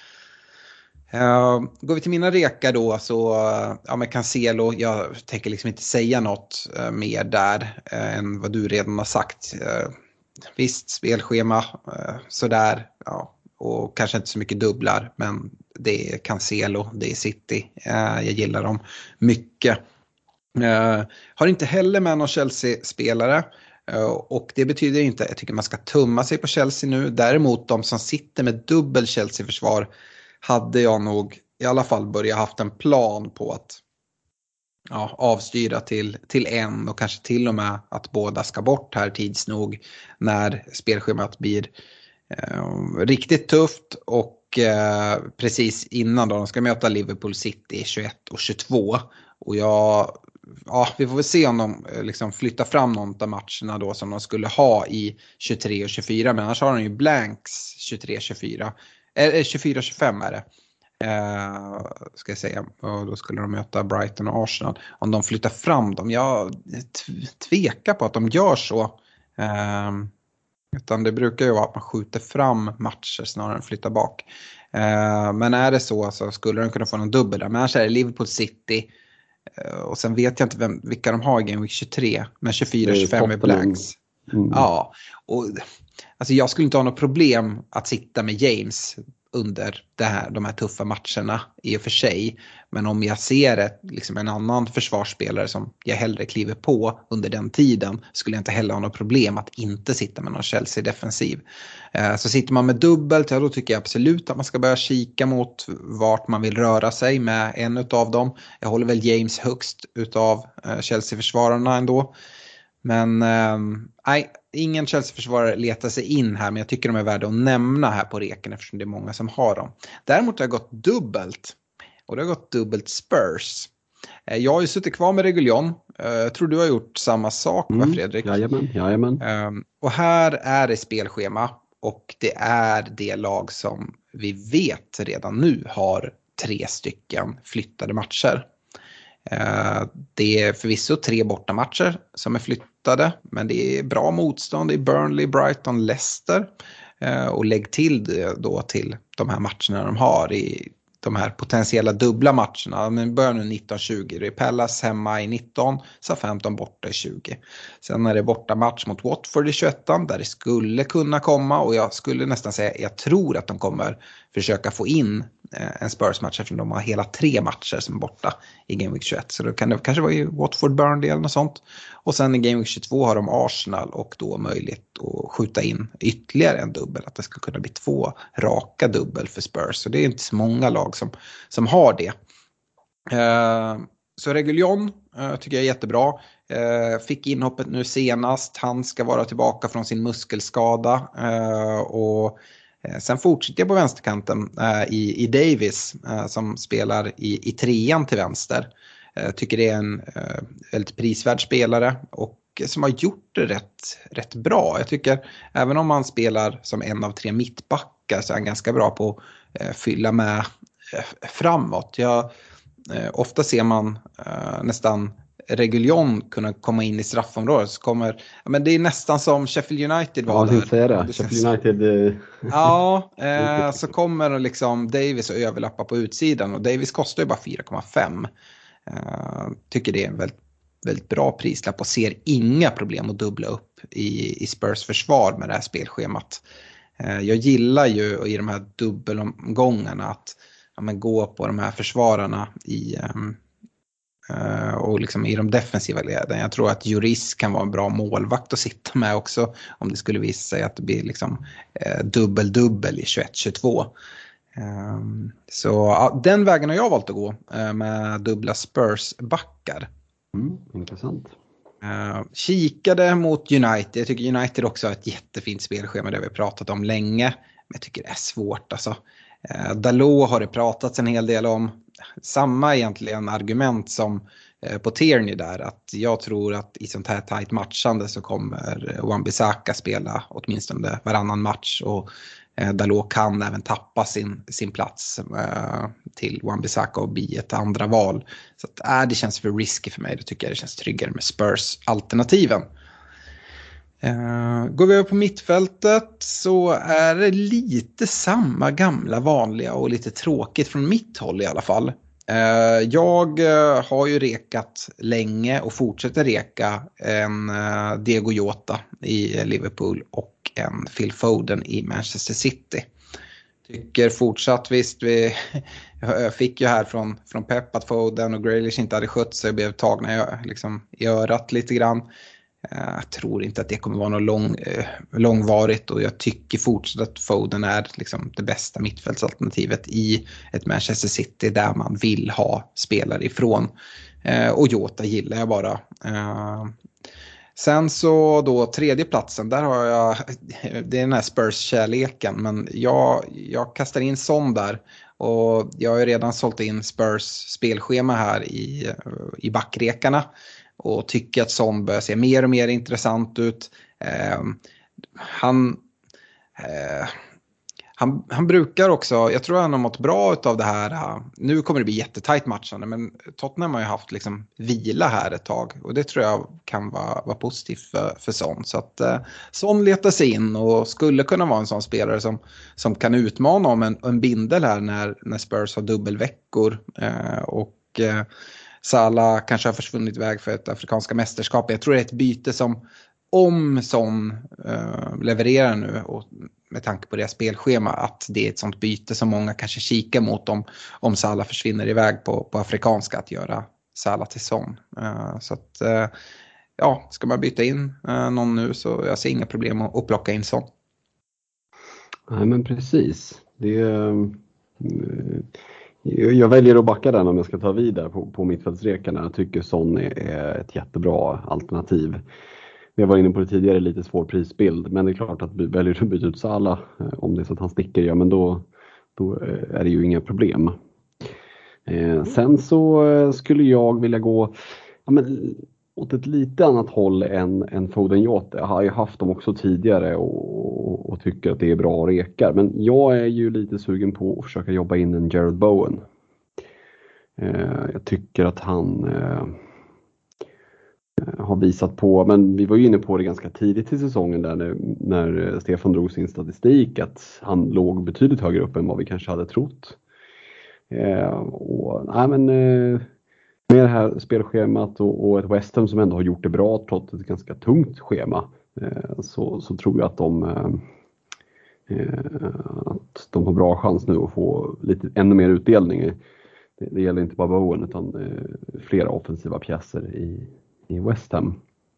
Uh, går vi till mina rekar då, så uh, ja, men Cancelo, jag tänker liksom inte säga något uh, mer där uh, än vad du redan har sagt. Uh, Visst, spelschema eh, sådär, ja, och kanske inte så mycket dubblar, men det är Cancelo, det är City, eh, jag gillar dem mycket. Eh, har inte heller med någon Chelsea-spelare, eh, och det betyder inte att jag tycker man ska tumma sig på Chelsea nu. Däremot de som sitter med dubbel Chelsea-försvar hade jag nog i alla fall börjat haft en plan på att ja, avstyra till, till en, och kanske till och med att båda ska bort här tids nog när spelschemat blir eh, riktigt tufft, och eh, precis innan då de ska möta Liverpool City tjugoett och tjugotvå, och jag, ja, vi får väl se om de eh, liksom flyttar fram någon av matcherna då som de skulle ha i tjugotre och tjugofyra, men annars har de ju blanks tjugotre tjugofyra, eh, tjugofyra tjugofem är det. Uh, ska jag säga, och då skulle de möta Brighton och Arsenal. Om de flyttar fram dem, jag tvekar på att de gör så, uh, utan det brukar ju vara att man skjuter fram matcher snarare än flyttar bak. uh, men är det så så skulle de kunna få en dubbel där, men annars är det Liverpool City, uh, och sen vet jag inte vem, vilka de har i Game Week tjugotre, men tjugofyra tjugofem är blanks. Mm. Ja, och alltså jag skulle inte ha något problem att sitta med James under det här, de här tuffa matcherna i och för sig. Men om jag ser ett, liksom en annan försvarsspelare som jag hellre kliver på under den tiden, skulle jag inte heller ha något problem att inte sitta med någon Chelsea-defensiv. Eh, så sitter man med dubbelt, ja, då tycker jag absolut att man ska börja kika mot vart man vill röra sig med en utav dem. Jag håller väl James högst utav eh, Chelsea-försvararna ändå. Men eh, nej, ingen Chelsea-försvarare letar sig in här, men jag tycker de är värda att nämna här på reken eftersom det är många som har dem. Däremot har jag gått dubbelt, och det har gått dubbelt Spurs. Eh, jag har ju suttit kvar med Reguilon. Eh, jag tror du har gjort samma sak, mm, va Fredrik? Jajamän, jajamän. Eh, och här är det spelschema, och det är det lag som vi vet redan nu har tre stycken flyttade matcher. Det är förvisso tre bortamatcher som är flyttade, men det är bra motstånd i Burnley, Brighton, Leicester, och lägg till då till de här matcherna de har i de här potentiella dubbla matcherna. Men börjar nu nitton tjugo. Det är Palace hemma i nitton, Southampton borta i tjugo. Sen är det borta match mot Watford i tjugoett där det skulle kunna komma, och jag skulle nästan säga jag tror att de kommer försöka få in en Spurs-match eftersom de har hela tre matcher som är borta i Game Week tjugoett. Så då kan det kanske vara i Watford, Burnley eller något sånt. Och sen i Game Week tjugotvå har de Arsenal och då möjlighet att skjuta in ytterligare en dubbel. Att det ska kunna bli två raka dubbel för Spurs. Så det är inte så många lag som, som har det. Uh, så Reguilón uh, tycker jag är jättebra. Uh, fick inhoppet nu senast. Han ska vara tillbaka från sin muskelskada. Uh, och Sen fortsätter jag på vänsterkanten äh, i, i Davis äh, som spelar i, i trean till vänster. Jag tycker det är en äh, väldigt prisvärd spelare och som har gjort det rätt, rätt bra. Jag tycker även om han spelar som en av tre mittbackar så är han ganska bra på att äh, fylla med äh, framåt. Jag, äh, ofta ser man äh, nästan Reguilón kunna komma in i straffområdet så kommer, ja, men det är nästan som Sheffield United var ja, där. Säga det. det Sheffield United. Eh... Ja, eh, så kommer liksom Davis och överlappa på utsidan och Davis kostar ju bara fyra komma fem. Eh, tycker det är en väldigt, väldigt bra prislapp och ser inga problem att dubbla upp i, i Spurs försvar med det här spelschemat. Eh, jag gillar ju i de här dubbelomgångarna att ja, men gå på de här försvararna i um, Uh, och liksom i de defensiva leden. Jag tror att Juris kan vara en bra målvakt att sitta med också om det skulle visa sig att det blir liksom uh, dubbel-dubbel i tjugoett tjugotvå. Um, så uh, den vägen har jag valt att gå uh, med dubbla Spurs-backar. Mm, intressant. Uh, kikade mot United. Jag tycker United också har ett jättefint spelschema, det har vi pratat om länge. Men jag tycker det är svårt alltså. Uh, Dalot har det pratats en hel del om. Samma egentligen argument som eh, på Tierney där, att jag tror att i sånt här tajt matchande så kommer Wan-Bissaka spela åtminstone varannan match och eh, Dalot kan även tappa sin, sin plats eh, till Wan-Bissaka och bli ett andra val. Så att, äh, det känns för risky för mig, då tycker jag det känns tryggare med Spurs-alternativen. Uh, går vi över på mittfältet så är det lite samma gamla vanliga och lite tråkigt från mitt håll i alla fall. Uh, jag uh, har ju rekat länge och fortsätter reka en uh, Diego Jota i Liverpool och en Phil Foden i Manchester City. Tycker fortsatt visst, vi jag fick ju här från, från Pep att Foden och Grealish inte hade skött sig och blev tagna liksom, i örat lite grann. Jag tror inte att det kommer vara något lång, långvarigt och jag tycker fortsatt att Foden är liksom det bästa mittfältsalternativet i ett Manchester City där man vill ha spelare ifrån. Och Jota gillar jag bara. Sen så då tredje platsen, där har jag, det är den här Spurs-kärleken, men jag, jag kastar in Son där. Och jag har ju redan sålt in Spurs spelschema här i, i backrekarna. Och tycker att Son börjar se mer och mer intressant ut. Eh, han, eh, han, han brukar också, jag tror han har mått bra av det här. Uh, nu kommer det bli jättetajt matchande, men Tottenham har ju haft liksom vila här ett tag. Och det tror jag kan vara, vara positivt för, för Son. Så att uh, Son letar sig in och skulle kunna vara en sån spelare som, som kan utmana om en, en bindel här när, när Spurs har dubbelveckor. Uh, och... Uh, Salah kanske har försvunnit iväg för ett afrikanska mästerskap. Jag tror det är ett byte som om som uh, levererar nu och med tanke på det spelschema att det är ett sånt byte som många kanske kikar mot om, om Salah försvinner iväg på, på afrikanska att göra Salah till Son. Uh, så att uh, ja, ska man byta in uh, någon nu så jag ser inga problem att, att plocka in Son. Nej men precis. Det är... Uh... Jag väljer att backa den om jag ska ta vidare på, på mittfältsrekarna. Jag tycker Son är, är ett jättebra alternativ. Vi var inne på det tidigare, lite svår prisbild. Men det är klart att väljer du att byta ut Salah om det är så att han sticker, ja men då, då är det ju inga problem. Eh, sen så skulle jag vilja gå ja, men, åt ett lite annat håll än, än Foden Jota. Jag har ju haft dem också tidigare och, och, och tycker att det är bra rekar. Men jag är ju lite sugen på att försöka jobba in en Jared Bowen. Eh, jag tycker att han... Eh, har visat på, men vi var ju inne på det ganska tidigt i säsongen där när, när Stefan drog sin statistik, att han låg betydligt högre upp än vad vi kanske hade trott. Eh, och, nej, men, eh, med det här spelschemat och, och ett West Ham som ändå har gjort det bra trots ett ganska tungt schema, eh, så, så tror jag att de, eh, att de har bra chans nu att få lite, ännu mer utdelning. Det, det gäller inte bara Bowen utan eh, flera offensiva pjäser i, i West Ham.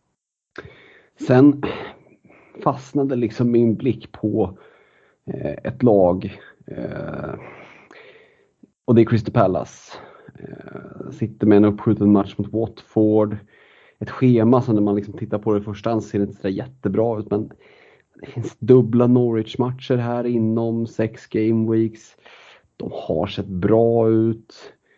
Sen fastnade liksom min blick på eh, ett lag, eh, och det är Crystal Palace. Eh, sitter med en uppskjuten match mot Watford. Ett schema som när man liksom tittar på det första anser inte så jättebra ut, men det finns dubbla Norwich-matcher här inom sex game weeks. De har sett bra ut.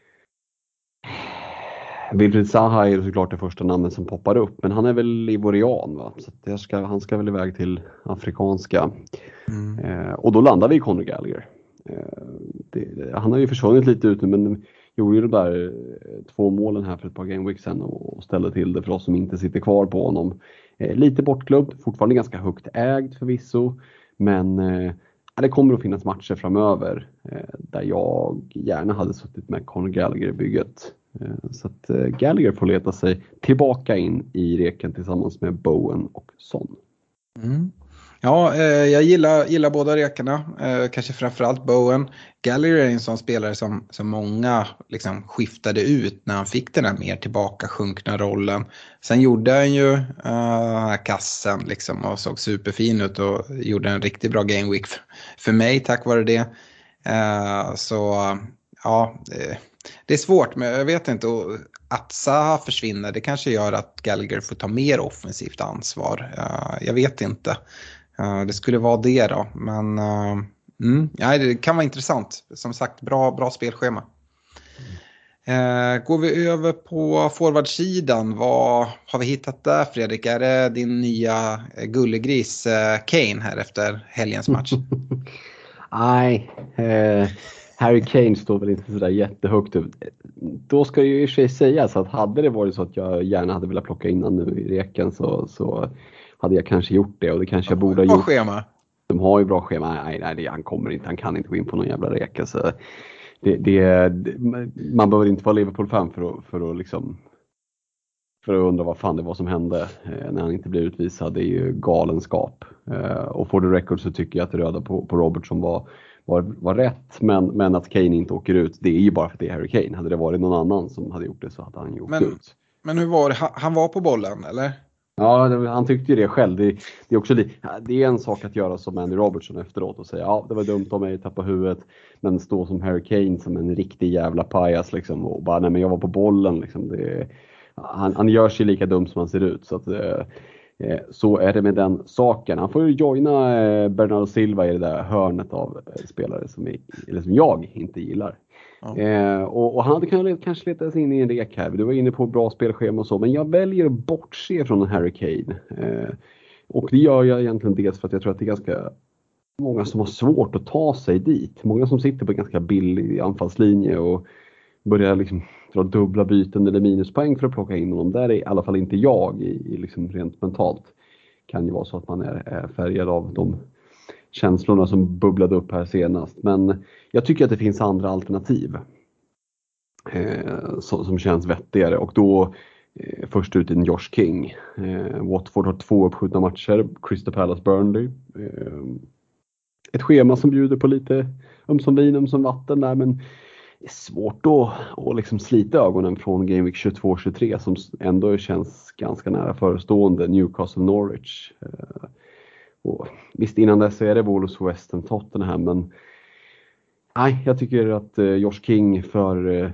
Wilfried Zaha är såklart det första namnet som poppar upp, men han är väl ivorian, va? Så det ska, han ska väl iväg till afrikanska. Mm. Eh, och då landar vi i Conor Gallagher. Eh, det, han har ju försvunnit lite ut nu, men gjorde ju de där två målen här för ett par game weeks sedan och ställde till det för oss som inte sitter kvar på honom. Eh, lite bortglömd, fortfarande ganska högt ägd förvisso, men eh, det kommer att finnas matcher framöver eh, där jag gärna hade suttit med Conor Gallagher i bygget. Eh, så att eh, Gallagher får leta sig tillbaka in i reken tillsammans med Bowen och Son. Mm. Ja, eh, jag gillar, gillar båda rekarna, eh, kanske framförallt Bowen. Gallagher är en sån spelare som, som många liksom skiftade ut när han fick den här mer tillbaka sjunkna rollen. Sen gjorde han ju uh, kassen liksom och såg superfin ut och gjorde en riktigt bra game week för, för mig tack vare det. Uh, så ja, det, det är svårt, men jag vet inte. Och att Zaha försvinner, det kanske gör att Gallagher får ta mer offensivt ansvar. Uh, jag vet inte. Uh, det skulle vara det då, men uh, mm, ja, det kan vara intressant. Som sagt, bra, bra spelschema. Uh, går vi över på forwardsidan, vad har vi hittat där, Fredrik? Är det din nya gullegris uh, Kane här efter helgens match? Nej, uh, Harry Kane står väl inte sådär jättehögt upp. Då ska ju i sig säga så att hade det varit så att jag gärna hade velat plocka in honom nu i reken så... så hade jag kanske gjort det, och det kanske jag borde ha gjort. Schema. De har ju bra schema. Nej, nej, det, han kommer inte, han kan inte gå in på någon jävla reka. Så det, det, det, man behöver inte vara Liverpool-fan för att, för att liksom för att undra vad fan det var som hände eh, när han inte blev utvisad. Det är ju galenskap. Eh, och for the record så tycker jag att det röda på, på Robertson var, var, var rätt, men, men att Kane inte åker ut, det är ju bara för att det är Harry Kane. Hade det varit någon annan som hade gjort det så hade han ju åkt men, ut. Men hur var det? Han var på bollen, eller? Ja, det, han tyckte ju det själv. Det, det, är också, det är en sak att göra som Andy Robertson efteråt och säga ja, det var dumt av mig att tappa huvudet. Men stå som Harry Kane som en riktig jävla pajas liksom, och bara nej men jag var på bollen liksom. Det, han, han gör sig lika dum som han ser ut. Så, att, eh, så är det med den saken. Han får ju joina eh, Bernardo Silva i det där hörnet av eh, spelare som, är, eller som jag inte gillar. Ja. Eh, och, och han hade kunnat kanske leta sig in i en rek här. Du var inne på bra spelschema och så, men jag väljer att bortse från Harry Kane. Eh, och det gör jag egentligen dels för att jag tror att det är ganska många som har svårt att ta sig dit. Många som sitter på en ganska billig anfallslinje och börjar liksom dra dubbla byten eller minuspoäng för att plocka in honom. Där är i alla fall inte jag i, i liksom rent mentalt. Kan ju vara så att man är, är färgad av de känslorna som bubblade upp här senast. Men jag tycker att det finns andra alternativ eh, som, som känns vettigare. Och då eh, först ut en Josh King. Eh, Watford har två uppskjutna matcher. Crystal Palace Burnley. Eh, ett schema som bjuder på lite ömsom vin, ömsom vatten där. Men det är svårt att, att liksom slita ögonen från Game Week tjugotvå tjugotre som ändå känns ganska nära förestående. Newcastle Norwich. Eh, Och visst, innan dess är det Wolves, West Ham, Tottenham, men nej, jag tycker att eh, Josh King för eh,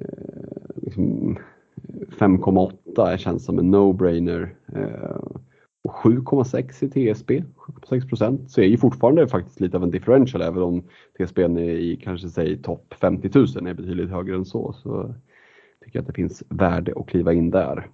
liksom fem komma åtta känns som en no-brainer. Eh, och sju komma sex i T S B, sju komma sex procent, så är ju fortfarande faktiskt lite av en differential, även om T S B är i kanske säg topp femtio tusen är betydligt högre än så, så tycker jag att det finns värde att kliva in där.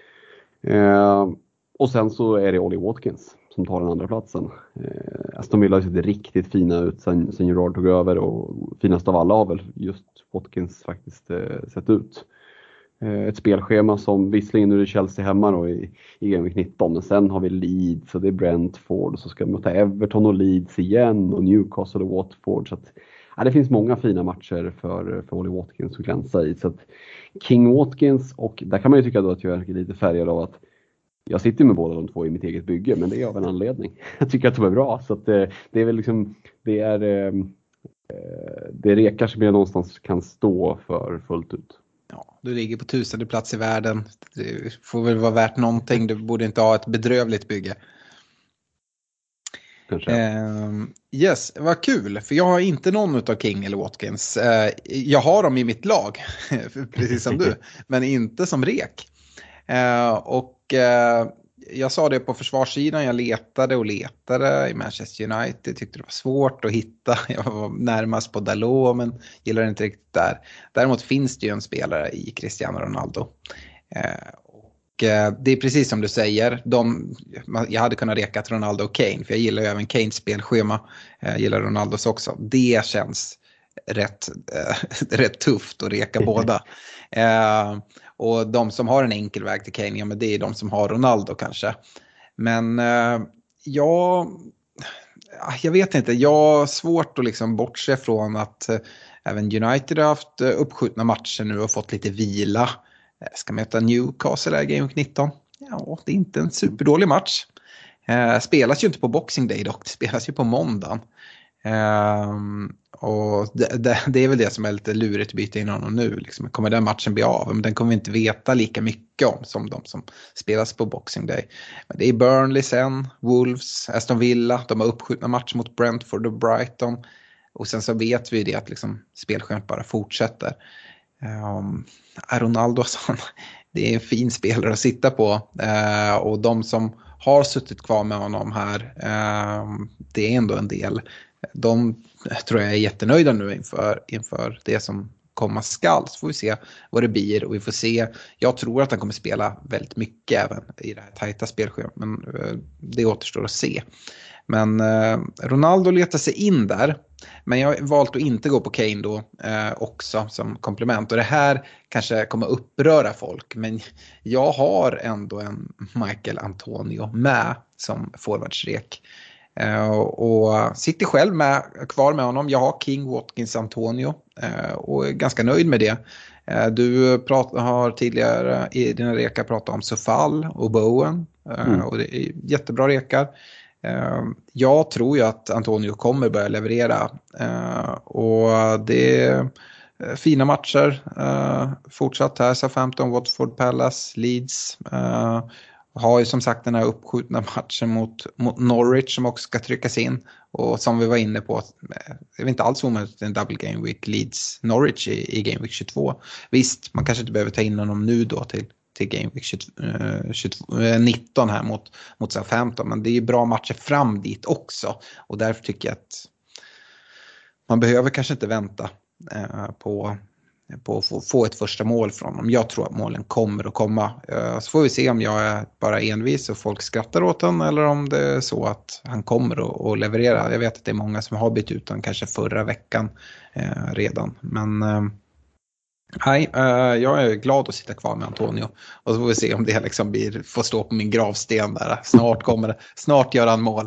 Eh, och sen så är det Ollie Watkins som tar den andra platsen. Eh, Aston Villa har sett riktigt fina ut sen, sen Gerrard tog över, och finast av alla har väl just Watkins faktiskt eh, sett ut. Ett spelschema som visserligen nu är Chelsea hemma då i, i Game Week nitton, men sen har vi Leeds och det är Brentford och så ska vi möta Everton och Leeds igen och Newcastle och Watford. Så att, ja, det finns många fina matcher för, för Ollie Watkins att glänsa i. Så att King Watkins, och där kan man ju tycka då att jag är lite färgad av att jag sitter med båda de två i mitt eget bygge, men det är av en anledning. Jag tycker att de är bra, så att det, det är väl liksom, det är det är rekar som jag någonstans kan stå för fullt ut. Ja, du ligger på tusende plats i världen. Det får väl vara värt någonting. Du borde inte ha ett bedrövligt bygge. Uh, yes, vad kul. För jag har inte någon av King eller Watkins. Uh, jag har dem i mitt lag, precis som du. Men inte som rek. Uh, och uh, jag sa det på försvarssidan. Jag letade och letade i Manchester United. Tyckte det var svårt att hitta. Jag var närmast på Dalot, men gillade inte riktigt där. Däremot finns det ju en spelare i Cristiano Ronaldo. Uh, och uh, det är precis som du säger. De, jag hade kunnat reka till Ronaldo och Kane. För jag gillar ju även Kanes spelschema. Jag gillar Ronaldos också. Det känns rätt, uh, rätt tufft att reka båda. Uh, och de som har en enkel väg till Kane, ja, men det är de som har Ronaldo kanske. Men uh, jag, jag vet inte, jag har svårt att liksom bortse från att uh, även United har haft uh, uppskjutna matcher nu och fått lite vila. Uh, ska möta Newcastle i Game Week nitton. Ja, det är inte en superdålig match. Uh, spelas ju inte på Boxing Day dock, det spelas ju på måndagen. Um, och det, det, det är väl det som är lite lurigt att byta in honom nu liksom. Kommer den matchen bli av? Men den kommer vi inte veta lika mycket om som de som spelas på Boxing Day. Men det är Burnley sen, Wolves, Aston Villa. De har uppskjutna matcher mot Brentford och Brighton. Och sen så vet vi det att liksom spelskämt bara fortsätter. um, Ronaldo, det är en fin spelare att sitta på. uh, Och de som har suttit kvar med honom här, uh, det är ändå en del. De tror jag är jättenöjda nu inför, inför det som komma skall. Så får vi se vad det blir och vi får se. Jag tror att han kommer spela väldigt mycket även i det här tajta spelschemat, men uh, det återstår att se. Men uh, Ronaldo letar sig in där. Men jag har valt att inte gå på Kane då uh, också som komplement. Och det här kanske kommer uppröra folk. Men jag har ändå en Michael Antonio med som forwardsrek. Uh, och sitter själv med, kvar med honom. Jag har King, Watkins, Antonio uh, och är ganska nöjd med det. Uh, du prat, har tidigare i dina rekar pratat om Sofal och Bowen uh, mm. och det är jättebra rekar. Uh, jag tror ju att Antonio kommer börja leverera uh, och det är fina matcher uh, fortsatt här. Southampton, Watford, Palace, Leeds. Uh, har ju som sagt den här uppskjutna matchen mot, mot Norwich som också ska tryckas in. Och som vi var inne på, det är inte alls omöjligt en double game week Leeds Norwich i, i game week tjugotvå. Visst, man kanske inte behöver ta in honom nu då till, till game week tjugotvå, tjugotvå, nitton här mot, mot Southampton. Men det är ju bra matcher fram dit också. Och därför tycker jag att man behöver kanske inte vänta eh, på... på att få, få ett första mål från honom. Jag tror att målen kommer att komma. Så får vi se om jag är bara envis och folk skrattar åt den eller om det är så att han kommer att, att leverera. Jag vet att det är många som har bytt ut den kanske förra veckan eh, redan. Men eh, nej, eh, jag är glad att sitta kvar med Antonio. Och så får vi se om det liksom blir, får stå på min gravsten där. Snart kommer det, snart gör han mål.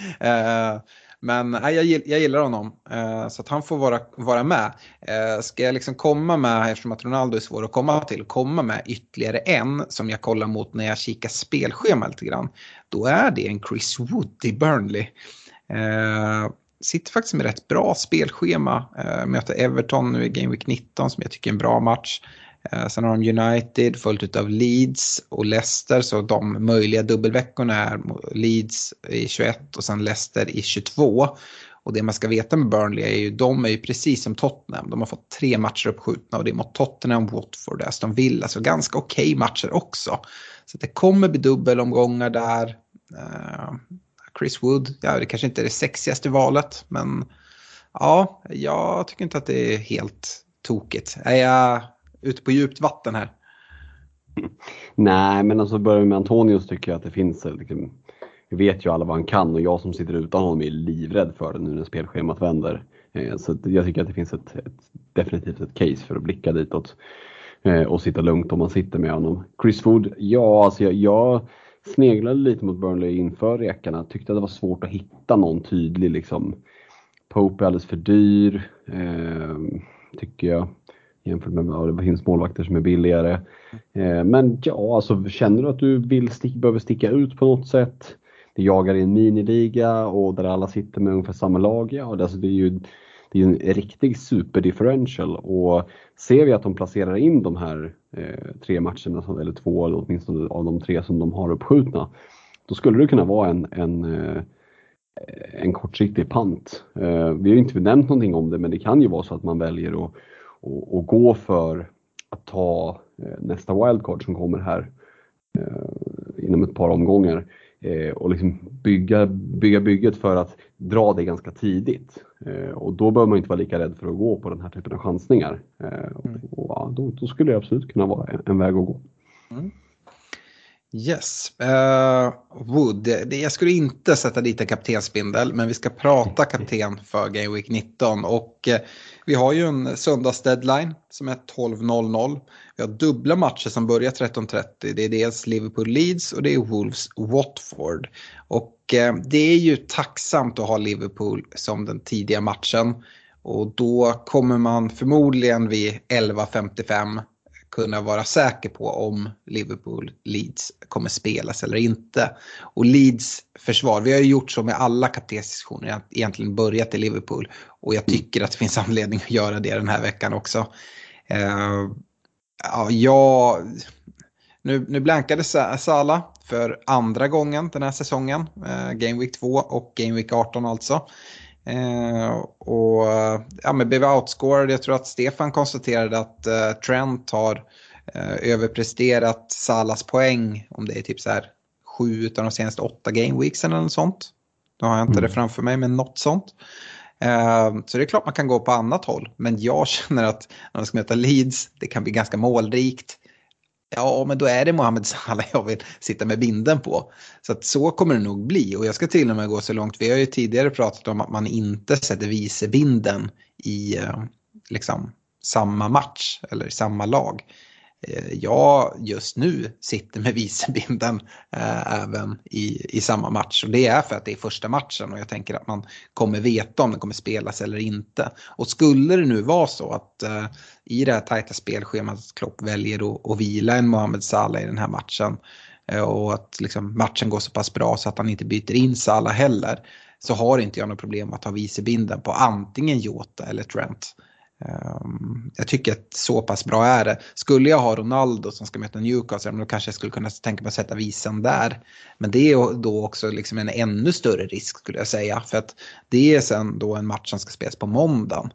eh, Men nej, jag, jag gillar honom eh, så att han får vara, vara med. Eh, ska jag liksom komma med, eftersom att Ronaldo är svår att komma till, komma med ytterligare en som jag kollar mot när jag kikar spelschema lite grann. Då är det en Chris Wood i Burnley. Eh, sitter faktiskt med rätt bra spelschema. Eh, möter Everton nu i Game Week nitton som jag tycker är en bra match. Eh, sen har de United följt av Leeds och Leicester, så de möjliga dubbelveckorna är Leeds i tjugoett och sen Leicester i tjugotvå. Och det man ska veta med Burnley är ju, de är ju precis som Tottenham. De har fått tre matcher uppskjutna och det är mot Tottenham, Watford och Aston Villa. Så ganska okej matcher också. Så det kommer bli dubbelomgångar där. Eh, Chris Wood, ja, det kanske inte är det sexigaste valet, men ja, jag tycker inte att det är helt tokigt. Är jag ute på djupt vatten här? Nej, men alltså börjar vi med Antonius tycker jag att det finns liksom, vi vet ju alla vad han kan och jag som sitter utan honom är livrädd för det nu när spelschemat vänder. Så jag tycker att det finns ett, ett definitivt ett case för att blicka ditåt. eh, och sitta lugnt om man sitter med honom. Chris Wood, ja alltså jag, jag sneglade lite mot Burnley inför rekarna. Tyckte att det var svårt att hitta någon tydlig liksom. Pope är alldeles för dyr, eh, tycker jag. Jämfört med ja, det finns målvakter som är billigare. Eh, men ja, alltså känner du att du vill stick, behöver sticka ut på något sätt? Det jagar i en miniliga och där alla sitter med ungefär samma lag. Ja, det, alltså, det är ju det är en riktig superdifferential. Och ser vi att de placerar in de här eh, tre matcherna, eller två eller åtminstone av de tre som de har uppskjutna, då skulle det kunna vara en, en, en kortsiktig pant. Eh, vi har inte nämnt någonting om det, men det kan ju vara så att man väljer att och, och gå för att ta eh, nästa wildcard som kommer här eh, inom ett par omgångar. Eh, och liksom bygga, bygga bygget för att dra det ganska tidigt. Eh, och då behöver man inte vara lika rädd för att gå på den här typen av chansningar. Eh, mm. och, ja, då, då skulle det absolut kunna vara en, en väg att gå. Mm. Yes. Uh, Wood, det, jag skulle inte sätta dit en kaptensbindel, men vi ska prata kapten för Game Week nitton. Och uh, vi har ju en söndagsdeadline som är tolv noll noll. Vi har dubbla matcher som börjar tretton trettio. Det är dels Liverpool Leeds och det är Wolves Watford. Och uh, det är ju tacksamt att ha Liverpool som den tidiga matchen. Och då kommer man förmodligen vid elva femtiofem kunna vara säker på om Liverpool Leeds kommer spelas eller inte. Och Leeds försvar, vi har ju gjort så med alla kaptensdiskussioner, egentligen börjat i Liverpool, och jag tycker att det finns anledning att göra det den här veckan också. Uh, ja, jag, nu, nu blankade Salah för andra gången den här säsongen, uh, Game Week två och Game Week arton alltså. Eh, och ja, men blev outscored. Jag tror att Stefan konstaterade att eh, Trent har eh, överpresterat Salahs poäng, om det är typ så här sju av de senaste åtta game weeks eller något sånt. Då har jag inte mm. det framför mig, men något sånt. Eh, så det är klart man kan gå på annat håll, men jag känner att när man ska möta Leeds, det kan bli ganska målrikt. Ja, men då är det Mohamed Salah jag vill sitta med binden på. Så att så kommer det nog bli. Och jag ska till och med gå så långt. Vi har ju tidigare pratat om att man inte sätter vicebinden i liksom samma match eller i samma lag. Jag just nu sitter med vicebinden äh, även i, i samma match. Och det är för att det är första matchen och jag tänker att man kommer veta om den kommer spelas eller inte. Och skulle det nu vara så att äh, i det här tajta spelschemat Klopp väljer att, att vila en Mohamed Salah i den här matchen äh, och att liksom, matchen går så pass bra så att han inte byter in Salah heller, så har inte jag något problem att ha vicebinden på antingen Jota eller Trent. Um, jag tycker att så pass bra är det. Skulle jag ha Ronaldo som ska möta Newcastle, då kanske jag skulle kunna tänka mig att sätta visan där. Men det är då också liksom en ännu större risk, skulle jag säga. För att det är sen då en match som ska spelas på måndagen.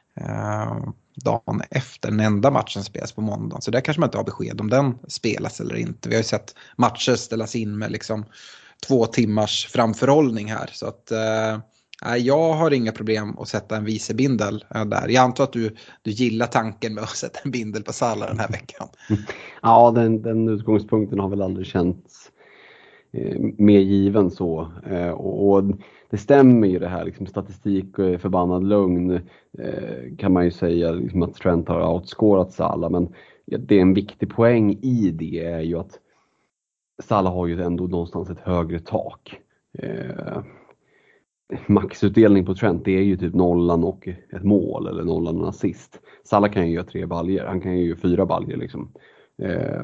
Uh, dagen efter den enda matchen spelas på måndagen. Så där kanske man inte har besked om den spelas eller inte. Vi har ju sett matcher ställas in med liksom två timmars framförhållning här. Så att... Uh, jag har inga problem att sätta en vicebindel där. Jag antar att du, du gillar tanken med att sätta en bindel på Salah den här veckan. Ja, den, den utgångspunkten har väl aldrig känts eh, mer given så. Eh, och, och det stämmer ju det här, liksom, statistik och förbannad lugn eh, kan man ju säga liksom, att Trent har outscorat Salah. Men ja, det är en viktig poäng i det är ju att Salah har ju ändå någonstans ett högre tak. Eh, Maxutdelning på Trent, det är ju typ nollan och ett mål eller nollan och en assist. Salah kan ju göra tre baljer, han kan ju göra fyra baljer liksom. Eh,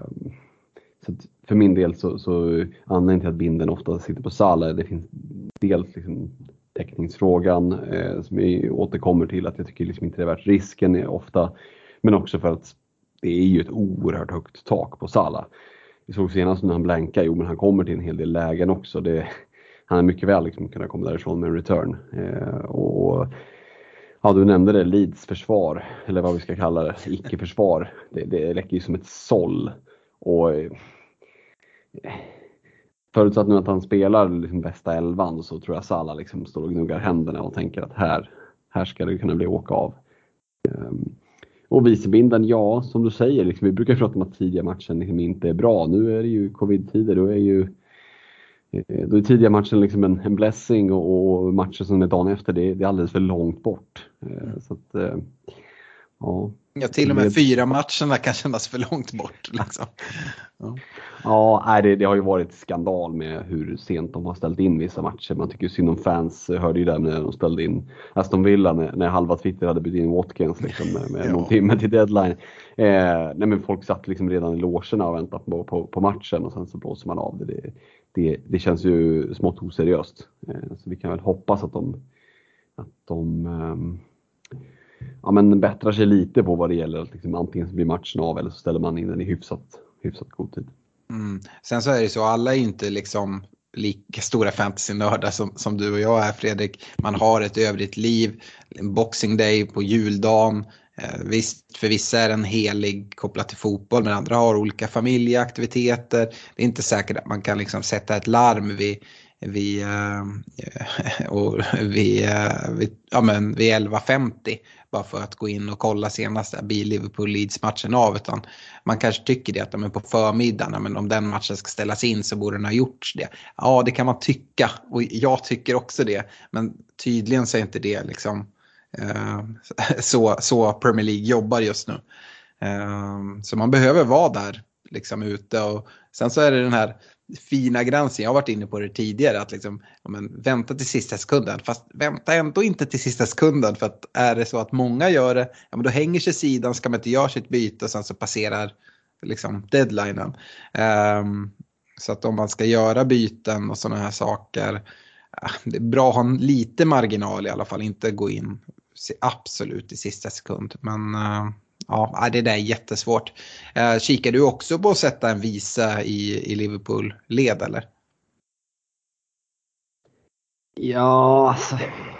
så för min del så, så anledningen till att binden ofta sitter på Salah, det finns dels liksom täckningsfrågan eh, som jag återkommer till, att jag tycker liksom inte det är värt risken är ofta, men också för att det är ju ett oerhört högt tak på Salah. Vi såg senast när han blankar, jo men han kommer till en hel del lägen också, det han är mycket väl liksom kunna komma därifrån med en return. Eh, och ja, du nämnde det, Leeds försvar, eller vad vi ska kalla det, icke-försvar. Det, det räcker ju som ett såll. Och eh, förutsatt nu att han spelar liksom bästa elvan, så tror jag Salah liksom står och gnuggar händerna och tänker att här, här ska det kunna bli åka av. Eh, och vicebinden, ja, som du säger, liksom, vi brukar prata om att tidiga matchen liksom inte är bra. Nu är det ju covid-tider, då är ju Då är tidiga matchen liksom en, en blessing och, och matchen som är dagen efter, det, det är alldeles för långt bort. Mm. Så att, ja, Ja, till och med fyra matcherna kan kännas för långt bort. Liksom. Ja, ja nej, det, det har ju varit skandal med hur sent de har ställt in vissa matcher. Man tycker synd om fans. Jag hörde ju det när de ställde in Aston Villa när, när halva Twitter hade bytt in Watkins liksom, med, med ja. någon timme till deadline. Eh, nej, men folk satt liksom redan i logerna och väntade på, på, på matchen och sen så blåser man av det. Det, det, det känns ju smått oseriöst. Eh, så vi kan väl hoppas att de, att de eh, ja, men bättrar sig lite på vad det gäller. Att liksom, antingen så blir matchen av eller så ställer man in den i hyfsat, hyfsat god tid. Mm. Sen så är det så, alla är inte liksom lika stora fantasy-nördar som, som du och jag är, Fredrik. Man har ett övrigt liv, en boxing day på juldagen. Eh, visst, för vissa är den helig kopplat till fotboll, men andra har olika familjeaktiviteter. Det är inte säkert att man kan liksom sätta ett larm vid vid, uh, och vid, uh, vid, ja, men vid elva femtio bara för att gå in och kolla senaste bil Liverpool Leeds-matchen av, utan man kanske tycker det att de är på förmiddagen, men om den matchen ska ställas in så borde den ha gjorts det. Ja, det kan man tycka, och jag tycker också det, men tydligen så är inte det liksom uh, så, så Premier League jobbar just nu. Uh, så man behöver vara där liksom ute, och sen så är det den här fina gränsen, jag har varit inne på det tidigare, att liksom, ja, men vänta till sista sekunden, fast vänta ändå inte till sista sekunden, för att är det så att många gör det, ja, men då hänger sig sidan, ska man inte göra sitt byte och sen så passerar liksom deadlinen. Um, så att om man ska göra byten och sådana här saker, ja, det är bra att ha en lite marginal i alla fall, inte gå in absolut i sista sekund, men uh, ja, det där är jättesvårt. Eh, kikar du också på att sätta en visa i, i Liverpool-led, eller? Ja, alltså,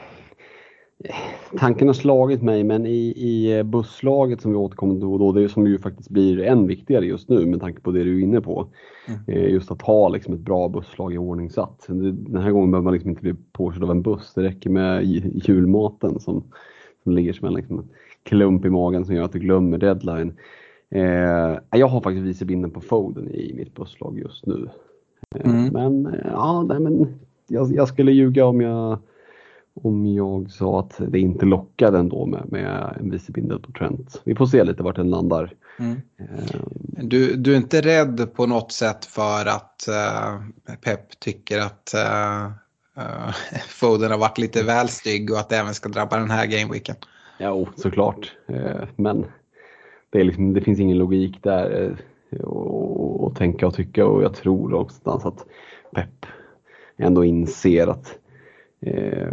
tanken har slagit mig, men i, i busslaget som vi återkommer då och då, det som ju faktiskt blir än viktigare just nu med tanke på det du är inne på. Mm. Just att ha liksom ett bra busslag i ordning satt. Den här gången behöver man liksom inte bli påkörd av en buss. Det räcker med julmaten som, som ligger som en liksom klump i magen som gör att du glömmer deadline. Eh, jag har faktiskt vicebinden på Foden i mitt busslag just nu. Eh, mm. Men ja, nej, men jag, jag skulle ljuga om jag om jag sa att det inte lockade ändå med, med en vicebindel på Trent. Vi får se lite vart den landar. Mm. Eh, du, du är inte rädd på något sätt för att uh, Pep tycker att uh, uh, Foden har varit lite väl stygg och att det även ska drabba den här gameweeken? Ja, såklart. Men det, är liksom, det finns ingen logik där att tänka och tycka, och jag tror också att Pep ändå inser att eh,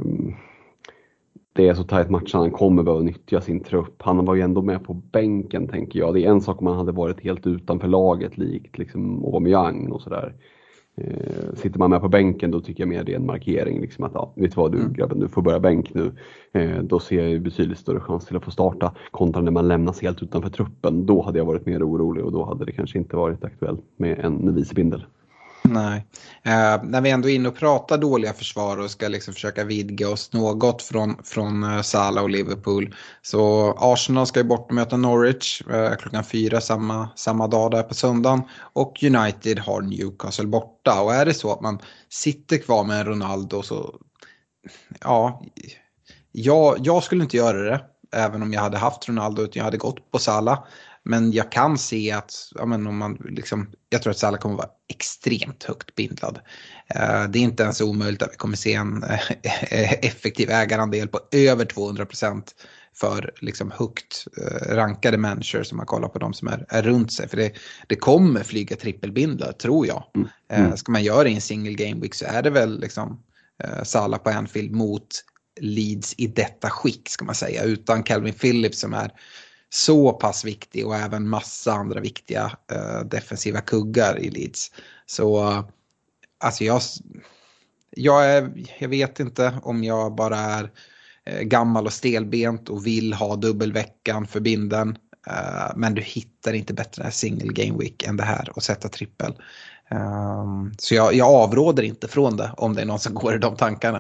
det är så tajt match, han kommer behöva nyttja sin trupp. Han var ju ändå med på bänken, tänker jag. Det är en sak om man hade varit helt utanför laget, likt liksom Aubameyang och sådär. Eh, sitter man med på bänken, då tycker jag mer det är en markering liksom att ja, vet du vad du mm. grabben, du får börja bänk nu. Eh, då ser jag ju betydligt större chans till att få starta, kontra när man lämnas helt utanför truppen. Då hade jag varit mer orolig, och då hade det kanske inte varit aktuellt med en vicebindel. Nej. Eh, när vi ändå är inne och pratar dåliga försvar och ska liksom försöka vidga oss något från, från uh, Salah och Liverpool, så Arsenal ska ju bort och möta Norwich eh, klockan fyra samma, samma dag där på söndagen, och United har Newcastle borta. Och är det så att man sitter kvar med en Ronaldo, så ja, jag, jag skulle inte göra det även om jag hade haft Ronaldo, utan jag hade gått på Salah. Men jag kan se att, ja, men om man liksom, jag tror att Salah kommer vara extremt högt bindlad. Uh, det är inte ens omöjligt att vi kommer se en uh, effektiv ägarandel på över tvåhundra procent för liksom högt uh, rankade människor, som man kollar på de som är, är runt sig. För det, det kommer flyga trippelbindlar, tror jag. Mm. Mm. Uh, ska man göra i en single game week, så är det väl liksom uh, Salah på Anfield mot Leeds i detta skick, ska man säga. Utan Calvin Phillips som är så pass viktig, och även massa andra viktiga uh, defensiva kuggar i Leeds. Så uh, alltså jag, jag, är, jag vet inte om jag bara är uh, gammal och stelbent och vill ha dubbelveckan för binden. Uh, men du hittar inte bättre single game week än det här och sätta trippel. Um, så jag, jag avråder inte från det om det är någon som går i de tankarna.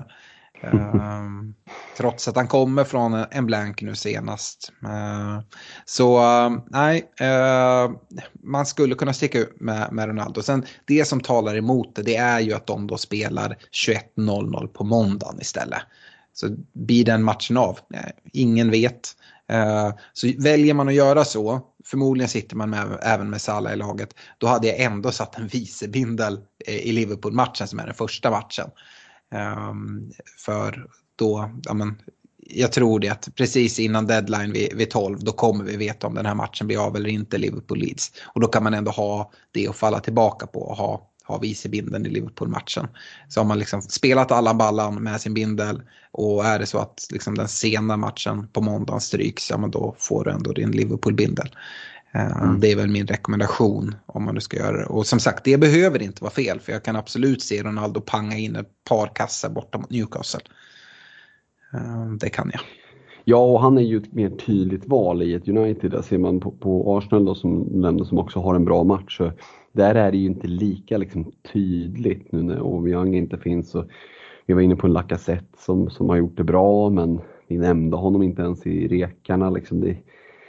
Um, trots att han kommer från en blank nu senast. Uh, så uh, nej, uh, man skulle kunna sticka ut med, med Ronaldo. Sen det som talar emot det, det är ju att de då spelar tjugoett noll noll på måndagen istället. Så blir den matchen av? Nej, ingen vet. Uh, så väljer man att göra så, förmodligen sitter man med, även med Salah i laget, då hade jag ändå satt en vicebindel i Liverpool-matchen som är den första matchen. Um, för då, ja men, jag tror det att precis innan deadline vid, vid tolv, då kommer vi veta om den här matchen blir av eller inte, Liverpool-Leeds. Och då kan man ändå ha det att falla tillbaka på och ha, ha vicebindeln i Liverpool-matchen. Så har man liksom spelat alla ballan med sin bindel, och är det så att liksom den sena matchen på måndagen stryks, ja men då får du ändå din Liverpool-bindel. Mm. Det är väl min rekommendation om man nu ska göra det. Och som sagt, det behöver inte vara fel, för jag kan absolut se Ronaldo panga in ett par kassar borta mot Newcastle. Det kan jag. Ja, och han är ju ett mer tydligt val i ett United. Där ser man på, på Arsenal då, som nämnde, som också har en bra match. Så där är det ju inte lika liksom, tydligt nu när Aubameyang inte finns. Så vi var inne på en Lacazette som, som har gjort det bra, men vi nämnde honom inte ens i rekarna. Liksom det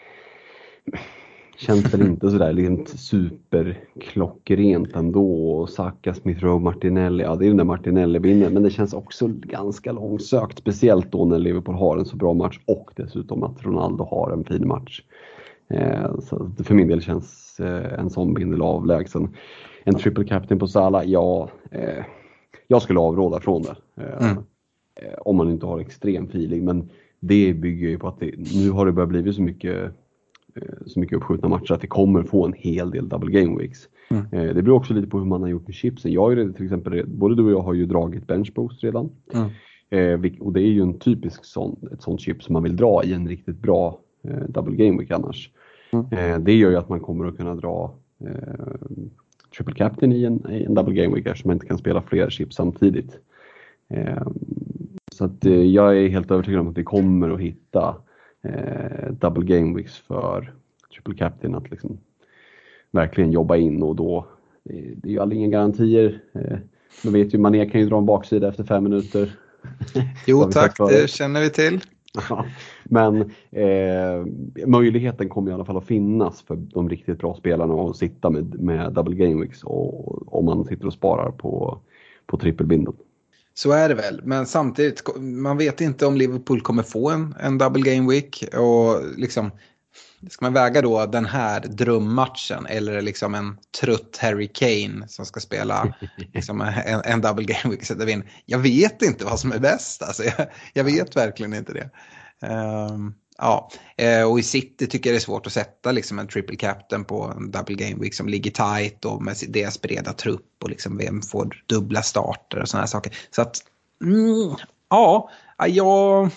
känns väl inte sådär liksom superklockrent ändå. Och Saka, Smith Rowe, Martinelli, ja det är den där Martinelli-binden, men det känns också ganska långsökt, speciellt då när Liverpool har en så bra match och dessutom att Ronaldo har en fin match. Eh, så för min del känns eh, en sån bindel avlägsen. En triple captain på Salah, ja eh, jag skulle avråda från det. Eh, mm. eh, om man inte har extrem feeling, men det bygger ju på att det, nu har det börjat bli så mycket så mycket uppskjutna matcher att vi kommer få en hel del double game weeks. Mm. Eh, det beror också lite på hur man har gjort med chipsen. Jag är ju till exempel, både du och jag har ju dragit bench boost redan. Mm. Eh, och det är ju en typisk sån, ett sånt chip som man vill dra i en riktigt bra eh, double game week annars. Mm. Eh, det gör ju att man kommer att kunna dra eh, triple captain i en, i en double game week eftersom man inte kan spela fler chips samtidigt. Eh, så att eh, jag är helt övertygad om att vi kommer att hitta Eh, double game weeks för triple captain att liksom verkligen jobba in, och då det, det är ju aldrig inga garantier. Eh, man vet ju, Mané kan ju dra en baksida efter fem minuter. Jo tack, det känner vi till. Men eh, möjligheten kommer i alla fall att finnas för de riktigt bra spelarna att sitta med, med double game weeks, och om man sitter och sparar på, på trippelbindeln. Så är det väl, men samtidigt, man vet inte om Liverpool kommer få en, en double game week, och liksom, ska man väga då den här drömmatchen eller liksom en trött Harry Kane som ska spela liksom en, en double game week, så att jag vet inte vad som är bäst, alltså jag, jag vet verkligen inte det. Um, ja, och i City tycker jag det är svårt att sätta liksom en triple captain på en double game week som ligger tight och med deras breda trupp och liksom vem får dubbla starter och såna här saker. Så att mm, ja, jag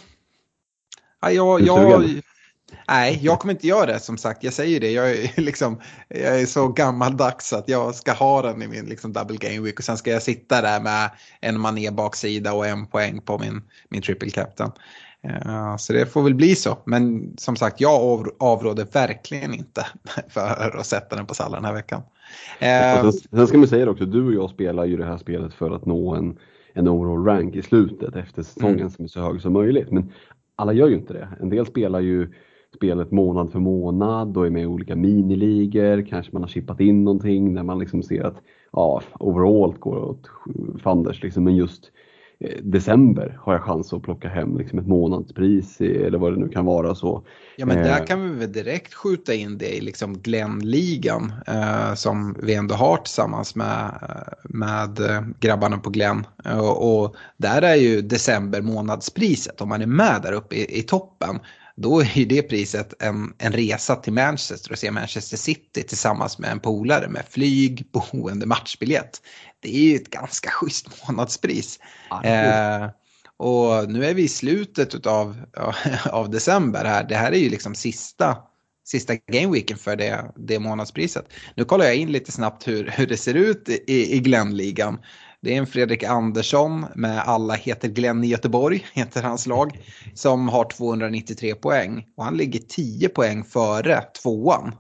ja, jag, jag nej, jag kommer inte göra det, som sagt. Jag säger det, jag är liksom jag är så gammaldags att jag ska ha den i min liksom double game week, och sen ska jag sitta där med en Mané baksida och en poäng på min min triple captain. Uh, så det får väl bli så. Men som sagt, jag av, avråder verkligen inte för att sätta den på Salah den här veckan. Uh, sen, sen ska man säga det också, du och jag spelar ju det här spelet för att nå en, en overall rank i slutet efter säsongen mm. som är så hög som möjligt. Men alla gör ju inte det. En del spelar ju spelet månad för månad och är med i olika miniligor. Kanske man har chippat in någonting när man liksom ser att ja, overall går åt fanders liksom, men just december har jag chans att plocka hem liksom ett månadspris eller vad det nu kan vara. Så. Ja, men där kan vi väl direkt skjuta in det i liksom Glenn-ligan eh, som vi ändå har tillsammans med, med grabbarna på Glenn. Och, och där är ju december månadspriset, om man är med där uppe i, i toppen, då är ju det priset en, en resa till Manchester och se Manchester City tillsammans med en polare med flyg, boende, matchbiljett. Det är ju ett ganska schysst månadspris. Ja, eh, och nu är vi i slutet av, av december här. Det här är ju liksom sista, sista gameweeken för det, det månadspriset. Nu kollar jag in lite snabbt hur, hur det ser ut i, i Glenn-ligan. Det är en Fredrik Andersson med alla heter Glenn i Göteborg, heter hans lag, som har tvåhundranittiotre poäng. Och han ligger tio poäng före tvåan.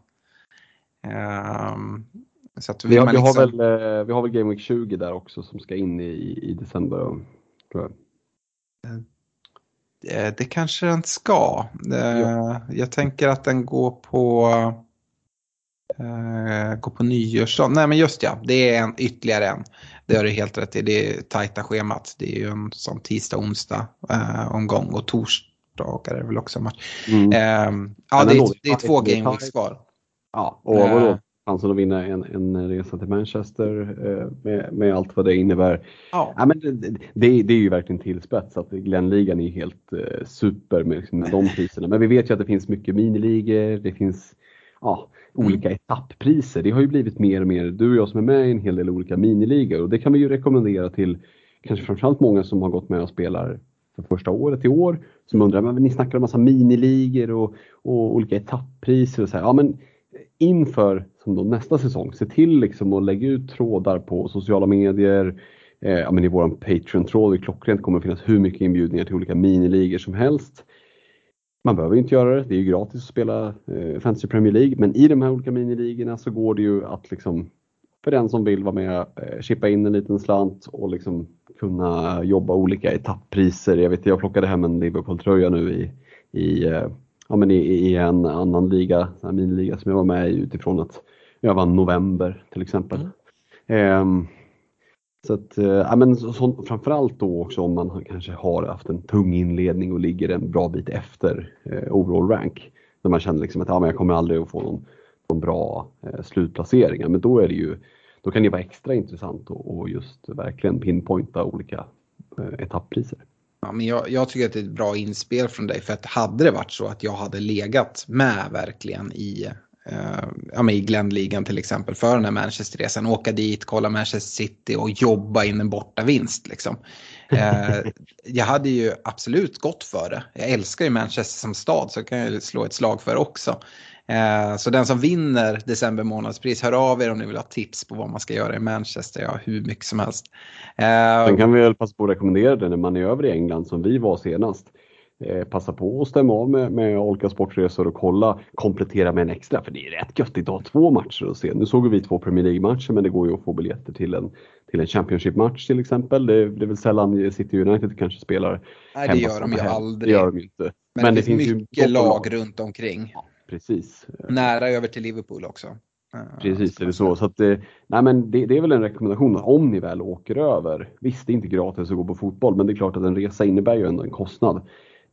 Um, så att vi, har, liksom... vi, har väl, vi har väl Game Week tjugo där också som ska in i, i december, tror jag. Det, det kanske den ska. Ja. Jag tänker att den går på... Uh, gå på nyårsdagen. Nej men just ja, det är en, ytterligare en. Det har du helt rätt i, det är tajta schemat. Det är ju en sån tisdag, onsdag uh, omgång och tors, dagar är det väl också match. Mm. Eh, ja, det är, det är två game weeks kvar. Ja, och vadå? Chansen att vinna en, en resa till Manchester eh, med, med allt vad det innebär. Ja. Ja, men det, det, det är ju verkligen tillspetsat. Glenligan är helt eh, super med, liksom, med de priserna. Men vi vet ju att det finns mycket miniligor. Det finns ja, olika mm. etapppriser. Det har ju blivit mer och mer. Du och jag som är med i en hel del olika miniligor. Och det kan vi ju rekommendera till kanske framförallt många som har gått med och spelar för första året i år. Som undrar, men ni snackar om massa miniligor och, och olika etapppriser och så här. Ja, men inför som då nästa säsong, se till liksom att lägga ut trådar på sociala medier. Eh, ja, men i våran Patreon-tråd i klockrent kommer det finnas hur mycket inbjudningar till olika miniligor som helst. Man behöver inte göra det, det är ju gratis att spela eh, Fantasy Premier League. Men i de här olika miniligorna så går det ju att liksom, för den som vill vara med, eh, chippa in en liten slant och liksom kunna jobba olika etapppriser. Jag vet, jag plockade hem en Liverpool-tröja nu i, i eh, Ja, men i, i en annan liga, en miniliga som jag var med i utifrån att jag vann november till exempel. Mm. Um, så att, uh, ja, men så, så, framförallt då också om man kanske har haft en tung inledning och ligger en bra bit efter uh, overall rank. När man känner liksom att ja, men jag kommer aldrig att få någon, någon bra uh, slutplaceringar. Men då är det ju, då kan det vara extra intressant att och just verkligen pinpointa olika uh, etapppriser. Ja, men jag, jag tycker att det är ett bra inspel från dig, för att hade det varit så att jag hade legat med verkligen i, eh, ja, men i Glenligan till exempel för den här Manchesterresan, åka dit, kolla Manchester City och jobba in en borta vinst liksom. Eh, jag hade ju absolut gått för det. Jag älskar ju Manchester som stad, så kan jag slå ett slag för också. Eh, så den som vinner december månadspris, hör av er om ni vill ha tips på vad man ska göra i Manchester. Ja, hur mycket som helst. Eh, Sen kan vi väl passa på att rekommendera det när man är över i England som vi var senast. Eh, passa på att stämma av med, med olika sportresor och kolla, komplettera med en extra. För det är rätt gött idag, två matcher att se. Nu såg vi två Premier League-matcher, men det går ju att få biljetter till en, till en Championship-match till exempel. Det, det är väl sällan City United kanske spelar. Nej, det gör de ju hem. aldrig. Det gör de inte. Men, men det, det finns finns mycket ju lag runt omkring. Ja, precis. Nära över till Liverpool också. Precis, är det så. Så att, nej, men det, det är väl en rekommendation om ni väl åker över. Visst, det är inte gratis att gå på fotboll, men det är klart att en resa innebär ju ändå en kostnad.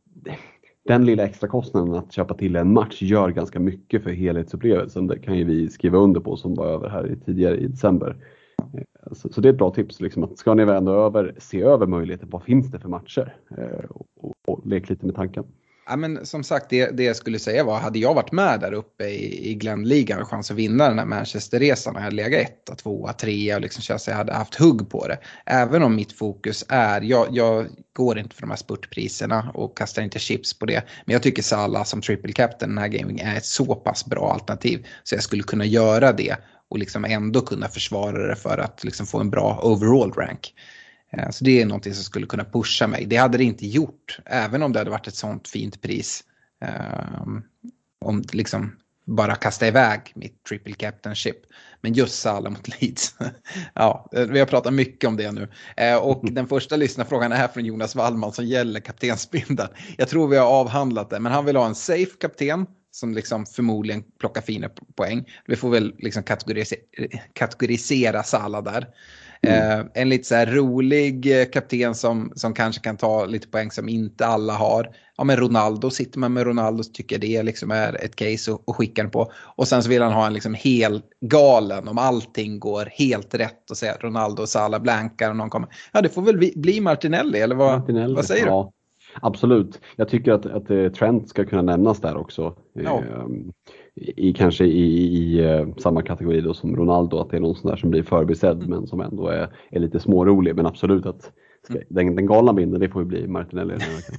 Den lilla extra kostnaden att köpa till en match gör ganska mycket för helhetsupplevelsen. Det kan ju vi skriva under på som var över här tidigare i december. Så, så det är ett bra tips. Liksom, att ska ni väl ändå över, se över möjligheter. Vad finns det för matcher? Och, och, och lek lite med tanken. Ja, men som sagt, det, det jag skulle säga var, hade jag varit med där uppe i, i Glenligan och chans att vinna den här Manchester-resan och jag hade legat ett, två, tre och liksom känns jag hade haft hugg på det. Även om mitt fokus är, jag, jag går inte för de här spurtpriserna och kastar inte chips på det. Men jag tycker Salah som triple captain den här gaming är ett så pass bra alternativ så jag skulle kunna göra det och liksom ändå kunna försvara det för att liksom få en bra overall rank. Så det är någonting som skulle kunna pusha mig. Det hade det inte gjort, även om det hade varit ett sånt fint pris. Um, om liksom bara kasta iväg mitt triple captainship. Men just Salah mot Leeds. Ja, vi har pratat mycket om det nu. Uh, och den första lyssnarfrågan är från Jonas Wallman som gäller kaptensbindeln. Jag tror vi har avhandlat det, men han vill ha en safe kapten som liksom förmodligen plockar fina poäng. Vi får väl liksom kategorisera, kategorisera Salah där. Mm. Eh, en lite så här rolig eh, kapten som, som kanske kan ta lite poäng som inte alla har. Ja, men Ronaldo, sitter man med Ronaldo så tycker jag det liksom är ett case att skicka den på. Och sen så vill han ha en liksom hel galen om allting går helt rätt och säga att Ronaldo och Salah blankar och någon kommer. Ja, det får väl bli, bli Martinelli eller vad, Martinelli, vad säger ja. Du? Absolut. Jag tycker att, att uh, Trent ska kunna nämnas där också. Ja. Uh, i, kanske i, i uh, samma kategori då som Ronaldo. Att det är någon sån där som blir förbisedd mm. men som ändå är, är lite smårolig. Men absolut att ska, mm. den, den galna bilden, det får ju bli Martinelli.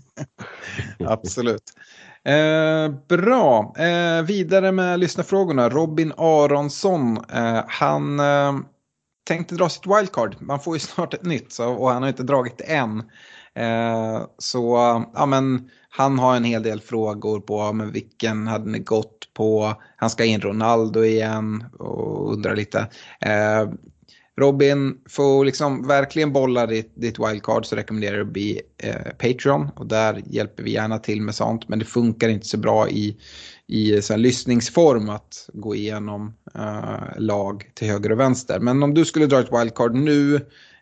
Absolut. Eh, bra. Eh, vidare med lyssnarfrågorna. Robin Aronsson. Eh, han eh, tänkte dra sitt wildcard. Man får ju snart ett nytt så, och han har inte dragit det än. Eh, så ja, men han har en hel del frågor på men vilken hade ni gått på. Han ska in Ronaldo igen och undrar lite. Eh, Robin, får liksom verkligen bolla ditt, ditt wildcard så rekommenderar jag att bli eh, Patreon och där hjälper vi gärna till med sånt, men det funkar inte så bra i i så här lyssningsform att gå igenom eh, lag till höger och vänster. Men om du skulle dra ett wildcard nu,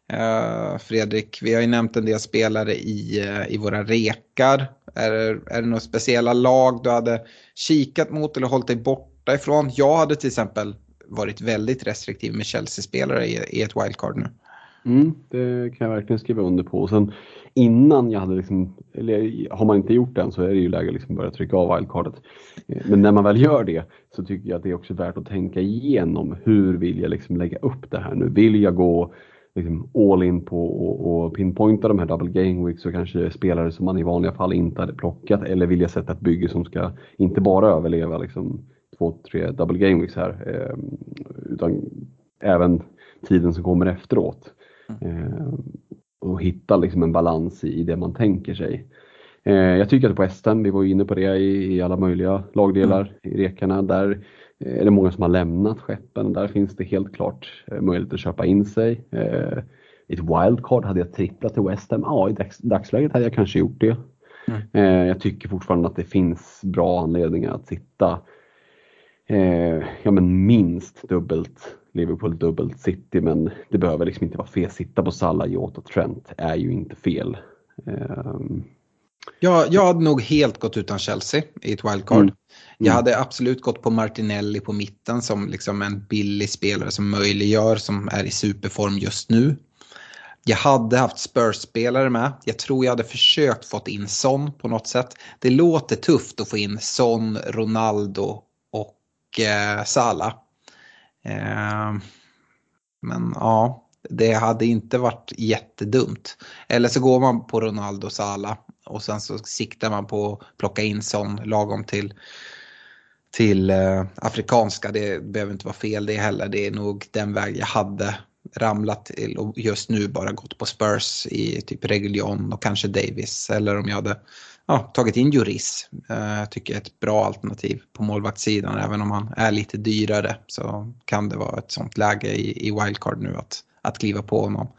Uh, Fredrik, vi har ju nämnt en del spelare i, uh, i våra rekar. Är, är det några speciella lag du hade kikat mot eller hållit dig borta ifrån? Jag hade till exempel varit väldigt restriktiv med Chelsea-spelare i, i ett wildcard nu. Mm, det kan jag verkligen skriva under på. Och sen innan jag hade liksom, eller har man inte gjort det än så är det ju läge att liksom börja trycka av wildcardet. Men när man väl gör det så tycker jag att det är också värt att tänka igenom hur vill jag liksom lägga upp det här nu. Vill jag gå liksom all in på och, och pinpointa de här double game weeks och kanske spelare som man i vanliga fall inte hade plockat, eller vill jag sätta ett bygge som ska inte bara överleva liksom två, tre double game weeks här eh, utan även tiden som kommer efteråt. Eh, och hitta liksom en balans i, i det man tänker sig. Eh, jag tycker att på West Ham, vi var inne på det i, i alla möjliga lagdelar mm. i rekarna, där är det många som har lämnat skeppen. Där finns det helt klart eh, möjlighet att köpa in sig. Eh, ett wildcard hade jag tripplat till West Ham. Ja, i dags, dagsläget hade jag kanske gjort det. Mm. Eh, jag tycker fortfarande att det finns bra anledningar att sitta eh, ja, men minst dubbelt Liverpool, dubbelt City, men det behöver liksom inte vara fel. Sitta på Salah, Jota och Trent är ju inte fel. Um... Ja, jag hade nog helt gått utan Chelsea i ett wildcard. Mm. Mm. Jag hade absolut gått på Martinelli på mitten som liksom en billig spelare som möjliggör, som är i superform just nu. Jag hade haft Spurs-spelare med. Jag tror jag hade försökt fått in Son på något sätt. Det låter tufft att få in Son, Ronaldo och eh, Salah. Men ja, det hade inte varit jättedumt. Eller så går man på Ronaldo Salah och sen så siktar man på att plocka in sån lagom till, till eh, afrikanska. Det behöver inte vara fel det heller. Det är nog den väg jag hade ramlat till och just nu bara gått på Spurs i typ Reguilon och kanske Davis. Eller om jag hade ja, tagit in Juris. Jag uh, tycker jag är ett bra alternativ på målvaktssidan. Även om han är lite dyrare så kan det vara ett sånt läge i, i wildcard nu att, att kliva på honom.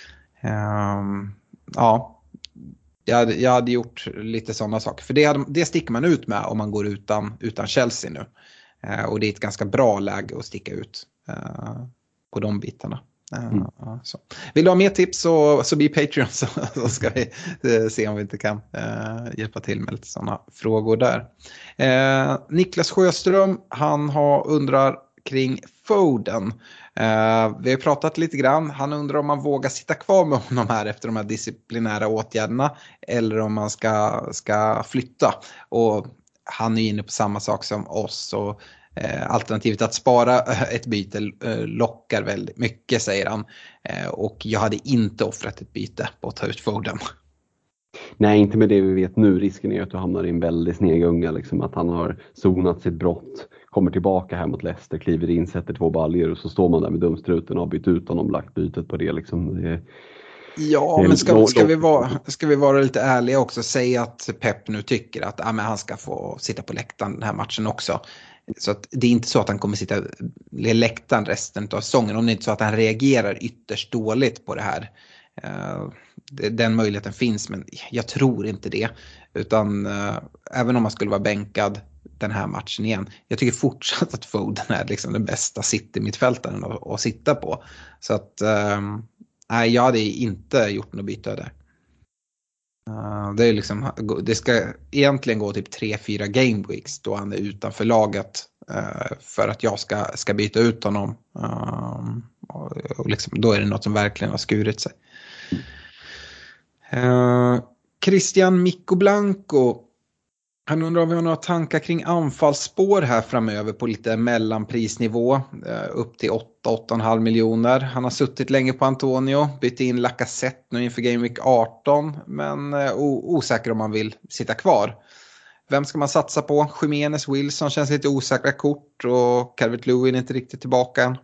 Um, ja, jag hade, jag hade gjort lite sådana saker. För det, hade, det sticker man ut med om man går utan, utan Chelsea nu. Uh, och det är ett ganska bra läge att sticka ut uh, på de bitarna. Mm. Uh, så. Vill du ha mer tips så, så bli Patreon så, så ska vi uh, se om vi inte kan uh, hjälpa till med lite sådana frågor där. Uh, Niklas Sjöström, han har undrar kring Foden. Uh, vi har pratat lite grann. Han undrar om man vågar sitta kvar med honom här efter de här disciplinära åtgärderna eller om man ska, ska flytta. Och han är inne på samma sak som oss och Eh, alternativet att spara ett byte eh, lockar väldigt mycket, säger han. Eh, och jag hade inte offrat ett byte på att ta ut Foden. Nej, inte med det vi vet nu. Risken är att du hamnar i en väldigt snegunga. Liksom, att han har zonat sitt brott, kommer tillbaka här mot Leicester, kliver in, sätter två baljor och så står man där med dumstruten och har bytt ut honom, lagt bytet på det. Liksom. det Ja, men ska, ska, vi vara, ska vi vara lite ärliga också, säga att Pep nu tycker att ah, men han ska få sitta på läktaren den här matchen också. Så att det är inte så att han kommer sitta i läktaren resten av säsongen, om det är inte så att han reagerar ytterst dåligt på det här. Den möjligheten finns, men jag tror inte det. Utan även om man skulle vara bänkad den här matchen igen. Jag tycker fortsatt att Foden är liksom den bästa City-mittfältaren att, att sitta på. Så att nej, jag hade inte gjort något byte där. Uh, det, är liksom, det ska egentligen gå typ tre fyra game weeks då han är utanför laget uh, för att jag ska, ska byta ut honom. Uh, och, och liksom, då är det något som verkligen har skurit sig. Uh, Christian Mikko Blanco, han undrar om vi har några tankar kring anfallsspår här framöver på lite mellanprisnivå, uh, upp till åtta till åtta komma fem miljoner. Han har suttit länge på Antonio, bytt in Lacazette nu inför Game Week arton, men uh, osäker om man vill sitta kvar. Vem ska man satsa på? Jimenez, Wilson känns lite osäkra kort och Calvert-Lewin är inte riktigt tillbaka än.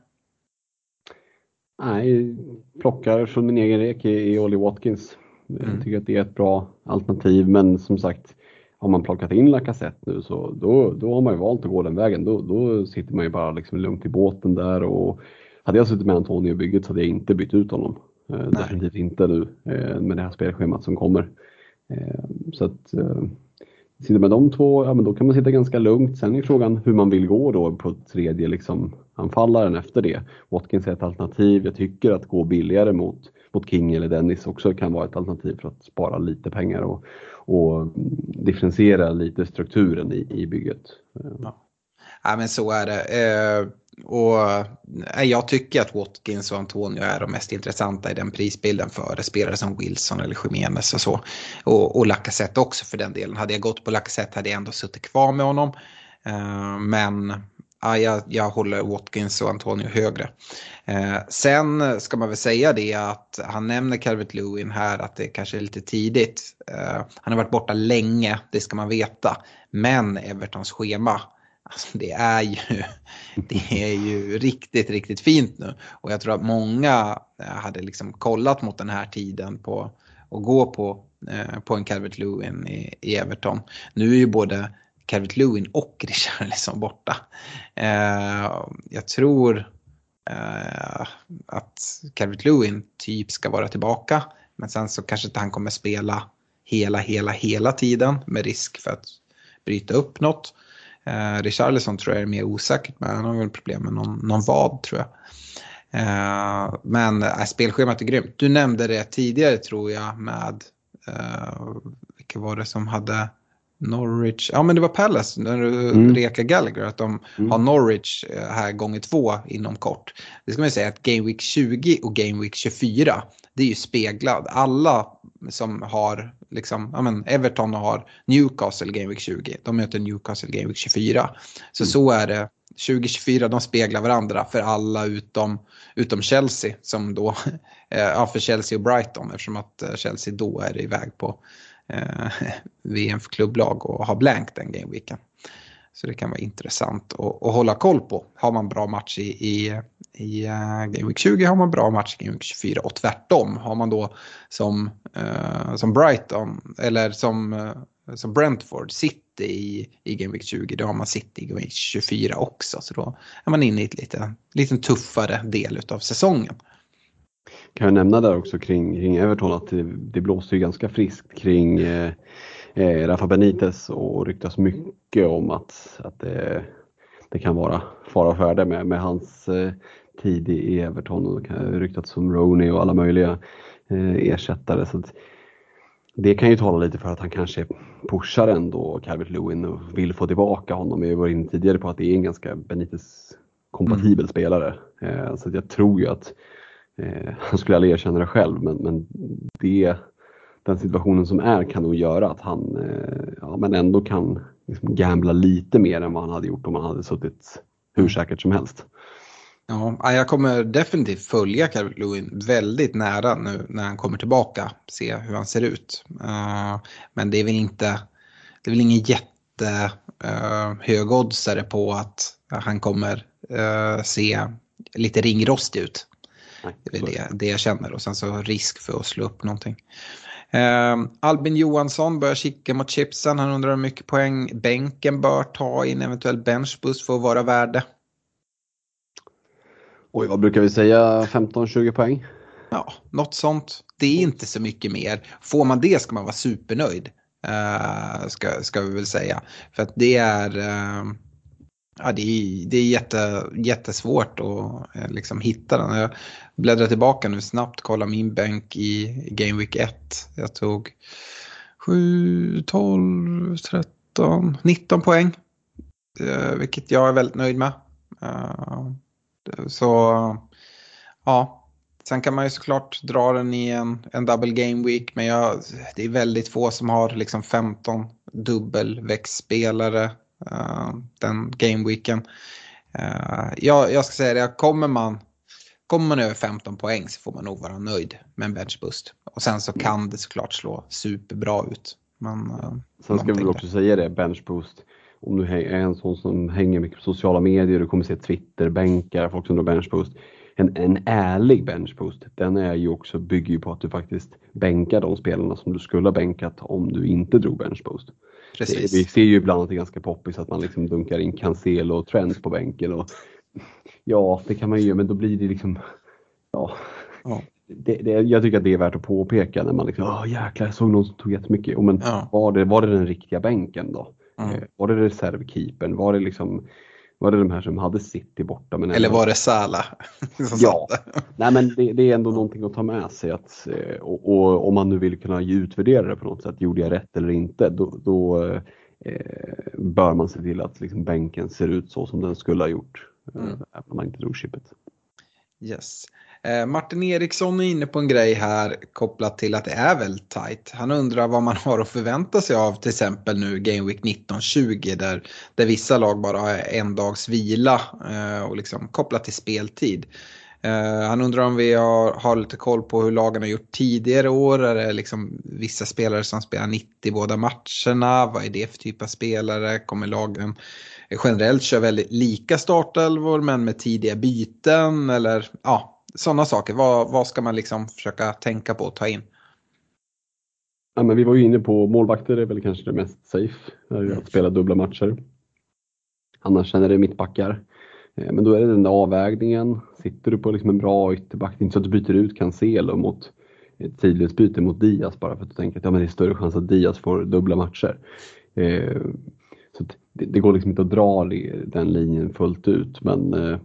Nej, plockar från min egen rek i, i Ollie Watkins. Mm. Jag tycker att det är ett bra alternativ, men som sagt, har man plockat in Lacazette nu så då, då har man ju valt att gå den vägen. Då, då sitter man ju bara liksom lugnt i båten där, och hade jag suttit med Antonio i bygget så hade jag inte bytt ut honom. Eh, definitivt inte nu eh, med det här spelschemat som kommer. Eh, så att eh, sitter med de två, ja men då kan man sitta ganska lugnt. Sen är frågan hur man vill gå då på tredje liksom anfallaren efter det. Watkins är ett alternativ. Jag tycker att gå billigare mot, mot King eller Dennis också kan vara ett alternativ för att spara lite pengar och, och differentiera lite strukturen i, i bygget. Ja. Ja, men så är det. Eh, och eh, jag tycker att Watkins och Antonio är de mest intressanta i den prisbilden för spelare som Wilson eller Jimenez och så. Och, och Lacazette också för den delen. Hade jag gått på Lacazette hade jag ändå suttit kvar med honom. Eh, men ja, jag, jag håller Watkins och Antonio högre. Eh, sen ska man väl säga det att han nämner Calvert-Lewin här att det kanske är lite tidigt. Eh, han har varit borta länge, det ska man veta. Men Evertons schema, alltså det är ju det är ju riktigt, riktigt fint nu. Och jag tror att många hade liksom kollat mot den här tiden på att gå på, eh, på en Calvert-Lewin i, i Everton. Nu är ju både Calvert-Lewin och Richarlison borta. Eh, jag tror eh, att Calvert-Lewin typ ska vara tillbaka. Men sen så kanske inte han kommer spela hela, hela, hela tiden med risk för att bryta upp något. Eh, Richarlison tror jag är mer osäkert, men han har väl problem med någon, någon vad tror jag. Eh, men äh, spelschemat är grymt. Du nämnde det tidigare tror jag med eh, vilka var det som hade Norwich? Ja men det var Palace när du mm. rekar Gallagher att de mm. har Norwich här gånger två inom kort. Det ska man ju säga att Game Week tjugo och Game Week tjugofyra det är ju speglad. Alla som har liksom, ja men Everton har Newcastle Game Week tjugo, de möter Newcastle Game Week tjugofyra. Så mm. så är det tjugo tjugofyra, de speglar varandra för alla utom, utom Chelsea som då, ja för Chelsea och Brighton eftersom att Chelsea då är iväg på eh, V M för klubblag och har blank den gameweeken. Så det kan vara intressant att, att hålla koll på. Har man bra match i, i, i uh, Game Week tjugo har man bra match i Game Week tjugofyra och tvärtom. Har man då som, uh, som Brighton eller som, uh, som Brentford City i, i Game Week tjugo, då har man City i Game Week tjugofyra också. Så då är man inne i ett lite, lite tuffare del av säsongen. Kan jag nämna där också kring, kring Everton att det, det blåser ju ganska friskt kring eh, eh, Rafa Benitez och ryktas mycket om att, att det, det kan vara fara och färde med, med hans eh, tid i Everton och det kan ryktats som Rooney och alla möjliga eh, ersättare. Så att det kan ju tala lite för att han kanske pushar ändå Calvert-Lewin och vill få tillbaka honom. Vi var inne tidigare på att det är en ganska Benitez-kompatibel mm. spelare. Eh, så att jag tror ju att Eh, han skulle aldrig erkänna det själv men, men det, den situationen som är kan nog göra att han eh, ja, men ändå kan liksom gambla lite mer än vad han hade gjort om han hade suttit hur säkert som helst. Ja, jag kommer definitivt följa Calvert-Lewin väldigt nära nu när han kommer tillbaka, se hur han ser ut. Uh, men det är väl inte det är väl ingen jätte uh, högoddsare på att han kommer uh, se lite ringrostig ut. Det är det, det jag känner och sen så risk för att slå upp någonting. Eh, Albin Johansson börjar kika mot chipsen. Han undrar hur mycket poäng bänken bör ta i en eventuell benchboost för att vara värde. Oj, vad brukar vi säga? femton till tjugo poäng? Ja, något sånt. Det är inte så mycket mer. Får man det ska man vara supernöjd. Eh, ska, ska vi väl säga. För att det är... Eh, Ja, det är, det är jätte, jättesvårt att eh, liksom hitta den. Jag bläddrar tillbaka nu snabbt, kolla min bänk i Game Week ett. Jag tog sju, tolv, tretton, nitton poäng. Eh, vilket jag är väldigt nöjd med. Eh, så ja, sen kan man ju såklart dra den i en, en double game week. Men jag, det är väldigt få som har liksom femton dubbelväxtspelare. Uh, den gameweeken. Uh, jag, jag ska säga det, kommer man, kommer man över femton poäng så får man nog vara nöjd med en benchboost. Och sen så kan det såklart slå superbra ut. Men, uh, sen ska vi väl också säga det, benchboost. Om du är en sån som hänger mycket på sociala medier, du kommer se Twitter, bänkar, folk som drar benchboost. En, en ärlig benchboost, den är ju också, bygger ju på att du faktiskt bänkar de spelarna som du skulle ha bänkat om du inte drog benchboost. Precis. Vi ser ju ibland att det är ganska poppis att man liksom dunkar in Cancelo och Trent på bänken. Och, ja, det kan man ju, men då blir det liksom... Ja. Ja. det, det, jag tycker att det är värt att påpeka när man liksom, åh jäklar, jag såg någon som tog jättemycket. Och men Ja. var, det, var det den riktiga bänken då? Mm. Eh, var det reservkeepern? Var det liksom, var det de här som hade City borta? Men Eller ändå, var det Salah? som ja, satt där? nej men det, det är ändå någonting att ta med sig. Att, eh, och, och om man nu vill kunna utvärdera det på något sätt, gjorde jag rätt eller inte? Då, då eh, bör man se till att liksom bänken ser ut så som den skulle ha gjort. Mm. Även om man inte drog chippet. Yes. Eh, Martin Eriksson är inne på en grej här kopplat till att det är väldigt tajt. Han undrar vad man har att förvänta sig av till exempel nu Game Week nitton tjugo där, där vissa lag bara har en dags vila eh, och liksom kopplat till speltid. Eh, han undrar om vi har, har lite koll på hur lagen har gjort tidigare år. Är det liksom vissa spelare som spelar nittio båda matcherna? Vad är det för typ av spelare? Kommer lagen generellt köra väldigt lika startelvor men med tidiga byten? Eller ja, sådana saker. Vad, vad ska man liksom försöka tänka på och ta in? Ja, men vi var ju inne på målvakter är väl kanske det mest safe. Att spela dubbla matcher. Annars är det mittbackar. Men då är det den där avvägningen. Sitter du på liksom en bra ytterback, inte så att du byter ut Cancelo mot ett tidlighetsbyte mot Diaz bara för att du tänker att ja, men det är större chans att Diaz får dubbla matcher. Eh, så det, det går liksom inte att dra den linjen fullt ut. Men eh,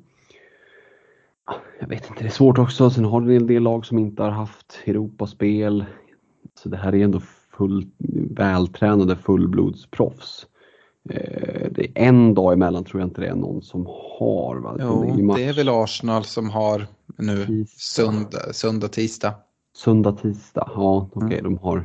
jag vet inte, det är svårt också. Sen har du en del lag som inte har haft Europaspel. Så det här är ändå full, vältränade fullblodsproffs. Det är en dag emellan tror jag inte det är någon som har. Va? Jo, det, är det är väl Arsenal som har nu tisdag. söndag, söndag tisdag. Söndag, tisdag, ja okej okay, Mm. de har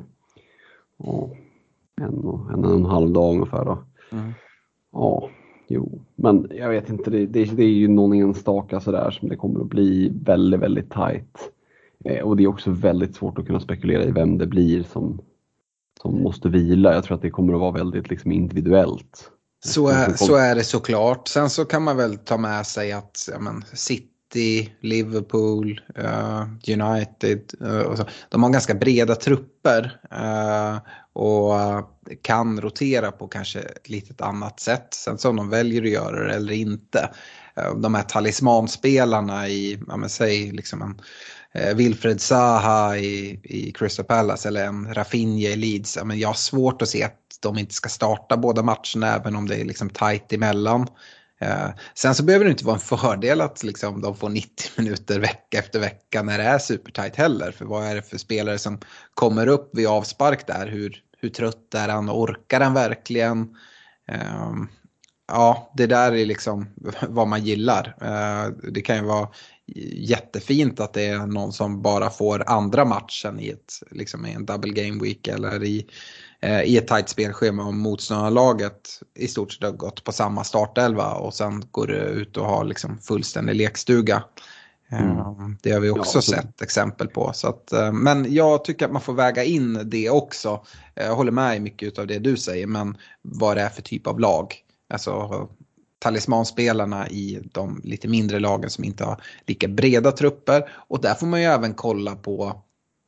ja, en, och, en och en halv dag ungefär då. Mm. Ja, jo, men jag vet inte, det, det, det är ju någon enstaka sådär som det kommer att bli väldigt, väldigt tajt. Eh, och det är också väldigt svårt att kunna spekulera i vem det blir som som måste vila. Jag tror att det kommer att vara väldigt liksom individuellt. Så är, så är det såklart. Sen så kan man väl ta med sig att ja, men City, Liverpool, uh, United, uh, och så, de har ganska breda trupper uh, och uh, kan rotera på kanske ett litet annat sätt. Sen så om de väljer att göra det eller inte. Uh, de här talismanspelarna i, ja, men, säg liksom en Wilfred Zaha i, i Crystal Palace eller en Rafinha i Leeds. Men jag har svårt att se att de inte ska starta båda matcherna även om det är liksom tajt emellan. Eh, sen så behöver det inte vara en fördel att liksom de får nittio minuter vecka efter vecka när det är supertajt heller. För vad är det för spelare som kommer upp vid avspark där? Hur, hur trött är han? Orkar han verkligen? Eh, ja, det där är liksom vad man gillar. Eh, det kan ju vara jättefint att det är någon som bara får andra matchen i, ett, liksom i en double game week eller i, eh, i ett tajt spelschema om motståndarlaget i stort sett har gått på samma startelva och sen går det ut och har liksom fullständig lekstuga. Mm. Eh, det har vi också ja, så... sett exempel på. Så att, eh, men jag tycker att man får väga in det också. Jag håller med i mycket av det du säger, men vad det är för typ av lag. Alltså talismanspelarna i de lite mindre lagen som inte har lika breda trupper. Och där får man ju även kolla på,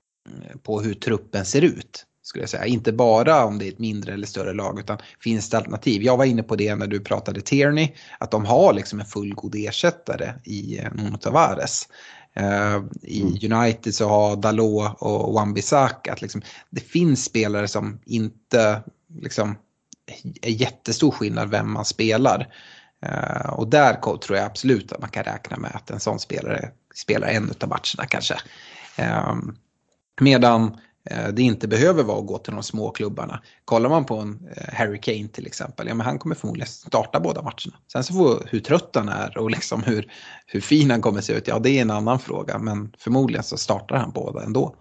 på hur truppen ser ut. Skulle jag säga. Inte bara om det är ett mindre eller större lag utan finns det alternativ. Jag var inne på det när du pratade Tierney. Att de har liksom en fullgod ersättare i Nuno Tavares. Uh, I mm. United så har Dalot och Wan-Bissaka. Att liksom, det finns spelare som inte liksom, är jättestor skillnad vem man spelar. Uh, och där tror jag absolut att man kan räkna med att en sån spelare spelar en av matcherna kanske. Uh, medan uh, det inte behöver vara att gå till de små klubbarna. Kollar man på en uh, Harry Kane till exempel, ja men han kommer förmodligen starta båda matcherna. Sen så får hur trött han är och liksom hur, hur fin han kommer se ut, ja det är en annan fråga. Men förmodligen så startar han båda ändå.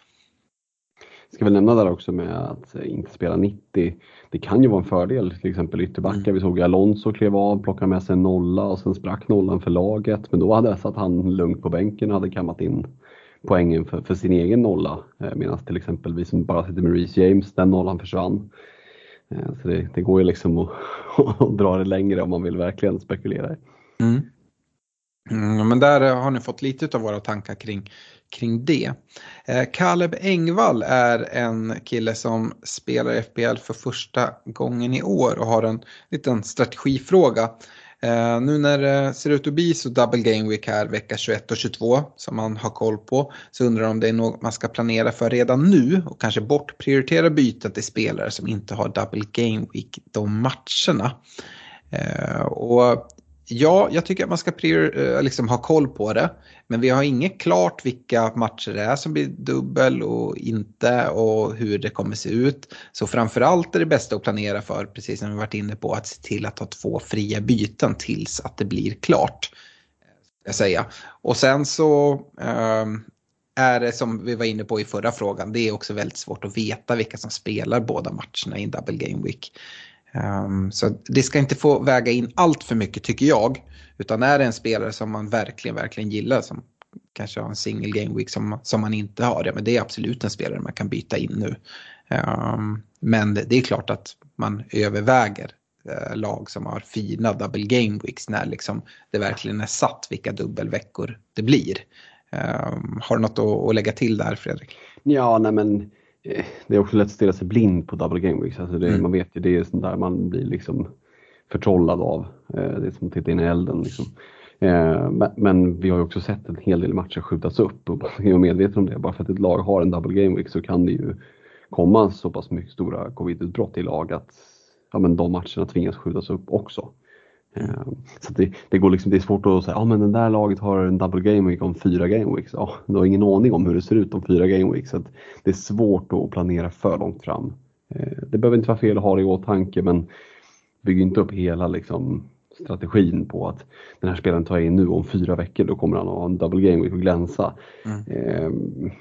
Ska vi nämna där också med att inte spela nittio. Det kan ju vara en fördel, till exempel ytterbackar. Mm. Vi såg Alonso klev av, plockade med sig en nolla och sen sprack nollan för laget. Men då hade jag satt han lugnt på bänken och hade kammat in poängen för, för sin egen nolla. Eh, medan till exempel vi som bara sitter med Reece James, den nollan försvann. Eh, så det, det går ju liksom att, att dra det längre om man vill verkligen spekulera. Mm. Mm, men där har ni fått lite av våra tankar kring kring det. Eh, Caleb Engvall är en kille som spelar F P L för första gången i år och har en liten strategifråga. Uh, nu när det ser ut att bli så double game week här vecka tjugoett och tjugotvå som man har koll på, så undrar om det är något man ska planera för redan nu och kanske bortprioritera byten till spelare som inte har double game week de matcherna. Uh, och ja, jag tycker att man ska prior- liksom ha koll på det. Men vi har inget klart vilka matcher det är som blir dubbel och inte och hur det kommer se ut. Så framförallt är det bästa att planera för, precis som vi varit inne på, att se till att ha två fria byten tills att det blir klart. Jag säga. Och sen så äh, är det som vi var inne på i förra frågan, det är också väldigt svårt att veta vilka som spelar båda matcherna i en double game week. Um, så det ska inte få väga in allt för mycket tycker jag, utan är det en spelare som man verkligen verkligen gillar, som kanske har en single game week som, som man inte har, ja, men det är absolut en spelare man kan byta in nu. Um, men det, det är klart att man överväger uh, lag som har fina double game weeks när liksom det verkligen är satt vilka dubbelveckor det blir. Um, har du något att, att lägga till där, Fredrik? Ja, nej men det är också lätt att stirra sig blind på double game weeks. Alltså det, mm. Man vet ju, det är sånt där man blir liksom förtrollad av. Det är som att titta in i elden liksom. Men vi har ju också sett en hel del matcher skjutas upp, och jag är medveten om det. Bara för att ett lag har en double game week så kan det ju komma så pass mycket stora covid-utbrott i lag att ja, men de matcherna tvingas skjutas upp också. Så det, det går liksom, det är svårt att säga, ja men den där laget har en double game week om fyra game weeks. Ja, du har ingen aning om hur det ser ut om fyra game weeks, så att det är svårt att planera för långt fram. Det behöver inte vara fel att ha det i åtanke, men bygg inte upp hela liksom strategin på att den här spelaren tar in nu om fyra veckor, då kommer han att ha en double game week och glänsa. Mm.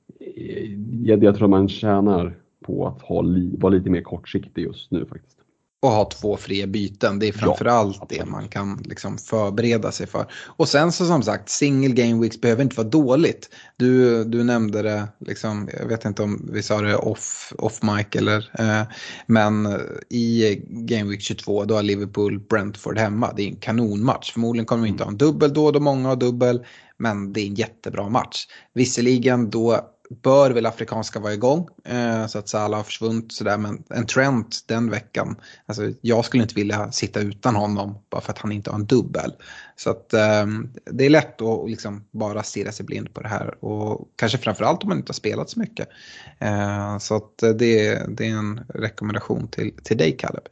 Jag, jag tror man tjänar på att ha li, vara lite mer kortsiktig just nu faktiskt. Och ha två fria byten. Det är framförallt ja, det man kan liksom förbereda sig för. Och sen så som sagt, single game weeks behöver inte vara dåligt. Du, du nämnde det, liksom, jag vet inte om vi sa det off, off mic eller. Eh, men i game week tjugotvå då har Liverpool Brentford hemma. Det är en kanonmatch. Förmodligen kommer vi inte ha en dubbel då, då många har dubbel. Men det är en jättebra match. Visserligen då bör väl afrikanska vara igång eh, så att Salah har försvunnit sådär, men en Trent den veckan, alltså jag skulle inte vilja sitta utan honom bara för att han inte har en dubbel, så att eh, det är lätt att liksom bara stirra sig blind på det här, och kanske framförallt om man inte har spelat så mycket, eh, så att det, det är en rekommendation till, till dig, Caleb.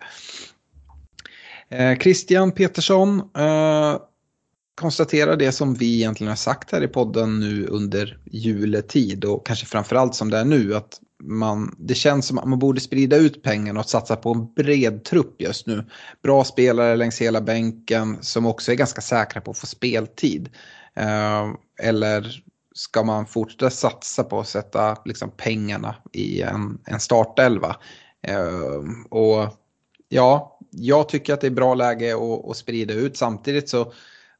eh, Christian Petersson eh, konstatera det som vi egentligen har sagt här i podden nu under juletid, och kanske framförallt som det är nu, att man, det känns som att man borde sprida ut pengarna och satsa på en bred trupp just nu. Bra spelare längs hela bänken som också är ganska säkra på att få speltid. Eh, eller ska man fortsätta satsa på att sätta liksom pengarna i en, en startelva? Eh, och ja, jag tycker att det är bra läge att, att sprida ut. Samtidigt så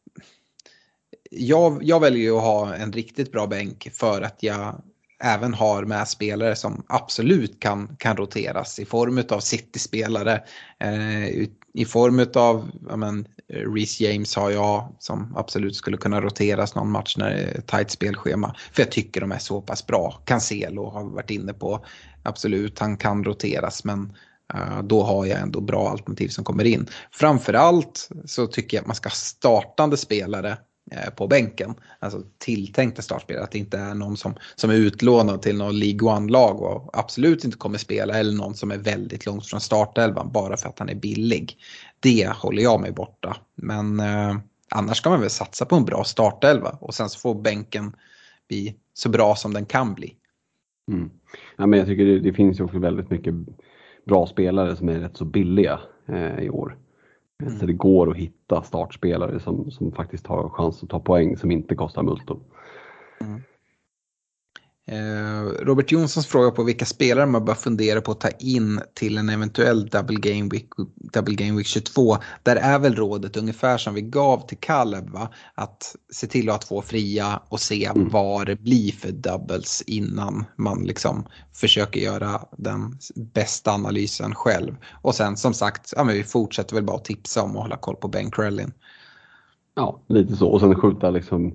Jag, jag väljer ju att ha en riktigt bra bänk för att jag även har med spelare som absolut kan, kan roteras i form av City-spelare, eh, i form av ja men, Reece James har jag som absolut skulle kunna roteras någon match när det är tajt spelschema, för jag tycker de är så pass bra. Cancelo har varit inne på, absolut han kan roteras, men uh, då har jag ändå bra alternativ som kommer in. Framförallt så tycker jag att man ska ha startande spelare på bänken, alltså tilltänkta startspelare, att det inte är någon som, som är utlånad till någon League One-lag och absolut inte kommer spela, eller någon som är väldigt långt från startelvan bara för att han är billig. Det håller jag mig borta, men eh, annars ska man väl satsa på en bra startelva och sen så får bänken bli så bra som den kan bli. Mm. Ja, men jag tycker det, det finns ju också väldigt mycket bra spelare som är rätt så billiga eh, i år. Mm. Så det går att hitta startspelare som, som faktiskt har chans att ta poäng som inte kostar multum. Mm. Eh, Robert Jonssons fråga på vilka spelare man bör fundera på att ta in till en eventuell double game week, double game week tjugotvå. Där är väl rådet ungefär som vi gav till Caleb, va? Att se till att ha två fria och se mm. vad det blir för doubles innan man liksom försöker göra den bästa analysen själv. Och sen som sagt, ja, men vi fortsätter väl bara att tipsa om att hålla koll på Ben Crellin. Ja, lite så. Och sen skjuta liksom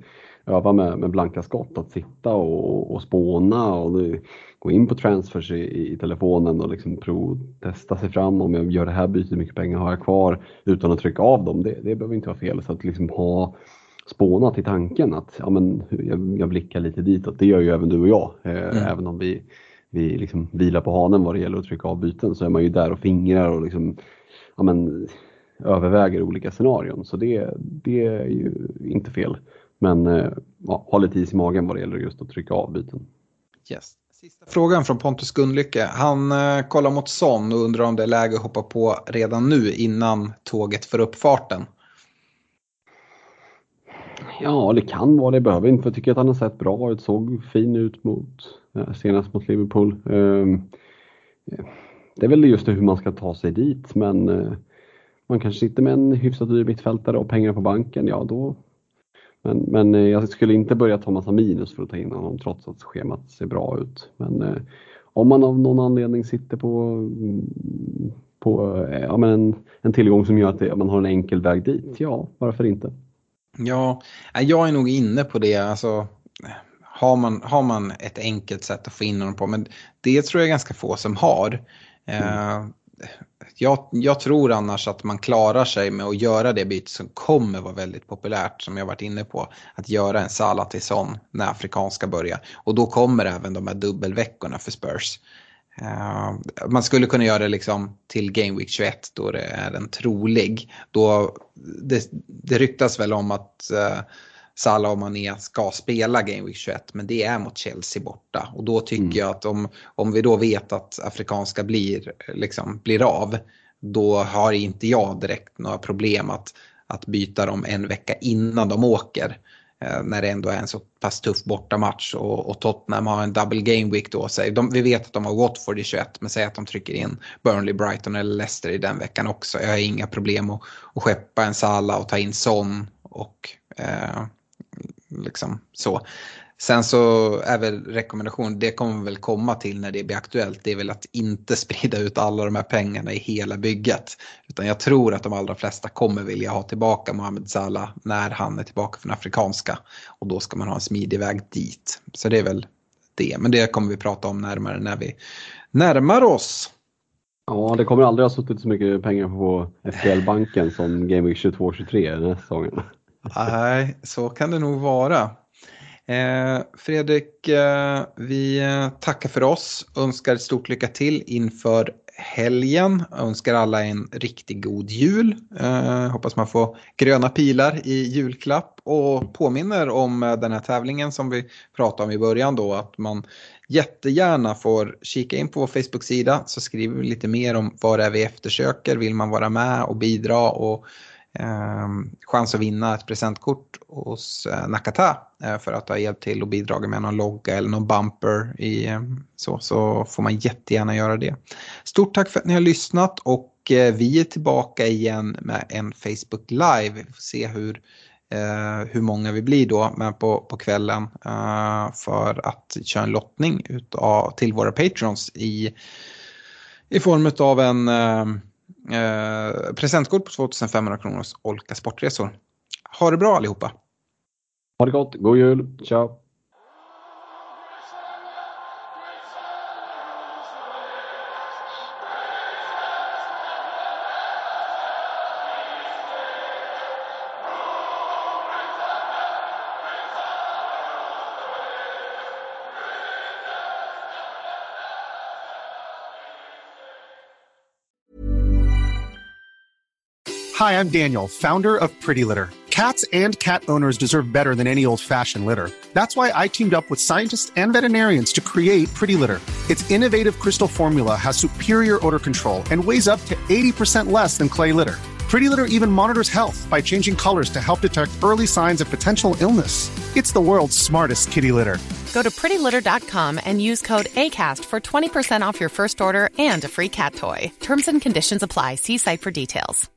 öva med, med blanka skott, att sitta och, och spåna och det, gå in på transfers i, i telefonen och liksom prov, testa sig fram. Om jag gör det här byter, mycket pengar har jag kvar utan att trycka av dem. Det, det behöver inte vara fel. Så att liksom ha spånat i tanken att ja, men, jag, jag blickar lite ditåt. Det gör ju även du och jag. Eh, mm. Även om vi, vi liksom vilar på hanen vad det gäller att trycka av byten, så är man ju där och fingrar och liksom, ja, men, överväger olika scenarion. Så det, det är ju inte fel. Men eh, ja, ha lite is i magen vad det gäller just att trycka av byten. Yes. Sista frågan från Pontus Gunlycke. Han eh, kollar mot Son och undrar om det är läge att hoppa på redan nu innan tåget för uppfarten. Ja, det kan vara det. Behöver inte. Jag tycker att han har sett bra ut. Såg fin ut mot, eh, senast mot Liverpool. Eh, det är väl just det hur man ska ta sig dit. Men eh, man kanske sitter med en hyfsat dyr mittfältare och pengar på banken. Ja, då... Men, men eh, jag skulle inte börja ta massa minus för att ta in honom trots att schemat ser bra ut. Men eh, om man av någon anledning sitter på, på eh, ja, men en, en tillgång som gör att det, man har en enkel väg dit. Ja, varför inte? Ja, jag är nog inne på det. Alltså, har, man, har man ett enkelt sätt att få in honom på, men det tror jag ganska få som har. Mm. Eh, jag, jag tror annars att man klarar sig med att göra det byte som kommer vara väldigt populärt, som jag varit inne på. Att göra en Salah till Son när afrikanska börjar. Och då kommer även de här dubbelveckorna för Spurs. Uh, man skulle kunna göra det liksom till Game Week tjugoett då det är en trolig. Då, det, det ryktas väl om att uh, Salah och Mané ska spela Game Week tjugoett, men det är mot Chelsea borta. Och då tycker mm. jag att om, om vi då vet att afrikanska blir, liksom, blir av, då har inte jag direkt några problem att, att byta dem en vecka innan de åker. Eh, när det ändå är en så pass tuff bortamatch och, och Tottenham har en double game week då. Så de, vi vet att de har Watford i tjugoett, men säg att de trycker in Burnley, Brighton eller Leicester i den veckan också. Jag har inga problem att, att skeppa en Salah och ta in Son och eh, liksom så. Sen så är väl rekommendation, det kommer väl komma till när det blir aktuellt, det är väl att inte sprida ut alla de här pengarna i hela bygget. Utan jag tror att de allra flesta kommer vilja ha tillbaka Mohamed Salah när han är tillbaka från afrikanska. Och då ska man ha en smidig väg dit. Så det är väl det. Men det kommer vi prata om närmare när vi närmar oss. Ja, det kommer aldrig ha suttit så mycket pengar på S B L-banken som Game Week tjugotvå tjugotre den här säsongen. Nej, så kan det nog vara. Eh, Fredrik, eh, vi tackar för oss. Önskar ett stort lycka till inför helgen. Önskar alla en riktigt god jul. Eh, hoppas man får gröna pilar i julklapp. Och påminner om den här tävlingen som vi pratade om i början då. Att man jättegärna får kika in på vår Facebook-sida. Så skriver vi lite mer om vad det är vi eftersöker. Vill man vara med och bidra och Eh, chans att vinna ett presentkort hos eh, Nakata eh, för att ha hjälpt till och bidragit med någon logga eller någon bumper i, eh, så, så får man jättegärna göra det. Stort tack för att ni har lyssnat och eh, vi är tillbaka igen med en Facebook Live. Vi får se hur, eh, hur många vi blir då med på, på kvällen eh, för att köra en lottning utav, till våra patrons i, i form av en eh, Eh, presentkort på tvåtusenfemhundra kronor hos Olka Sportresor. Ha det bra allihopa. Ha det gott, god jul, ciao. Hi, I'm Daniel, founder of Pretty Litter. Cats and cat owners deserve better than any old-fashioned litter. That's why I teamed up with scientists and veterinarians to create Pretty Litter. Its innovative crystal formula has superior odor control and weighs up to eighty percent less than clay litter. Pretty Litter even monitors health by changing colors to help detect early signs of potential illness. It's the world's smartest kitty litter. Go to pretty litter dot com and use code ACAST for twenty percent off your first order and a free cat toy. Terms and conditions apply. See site for details.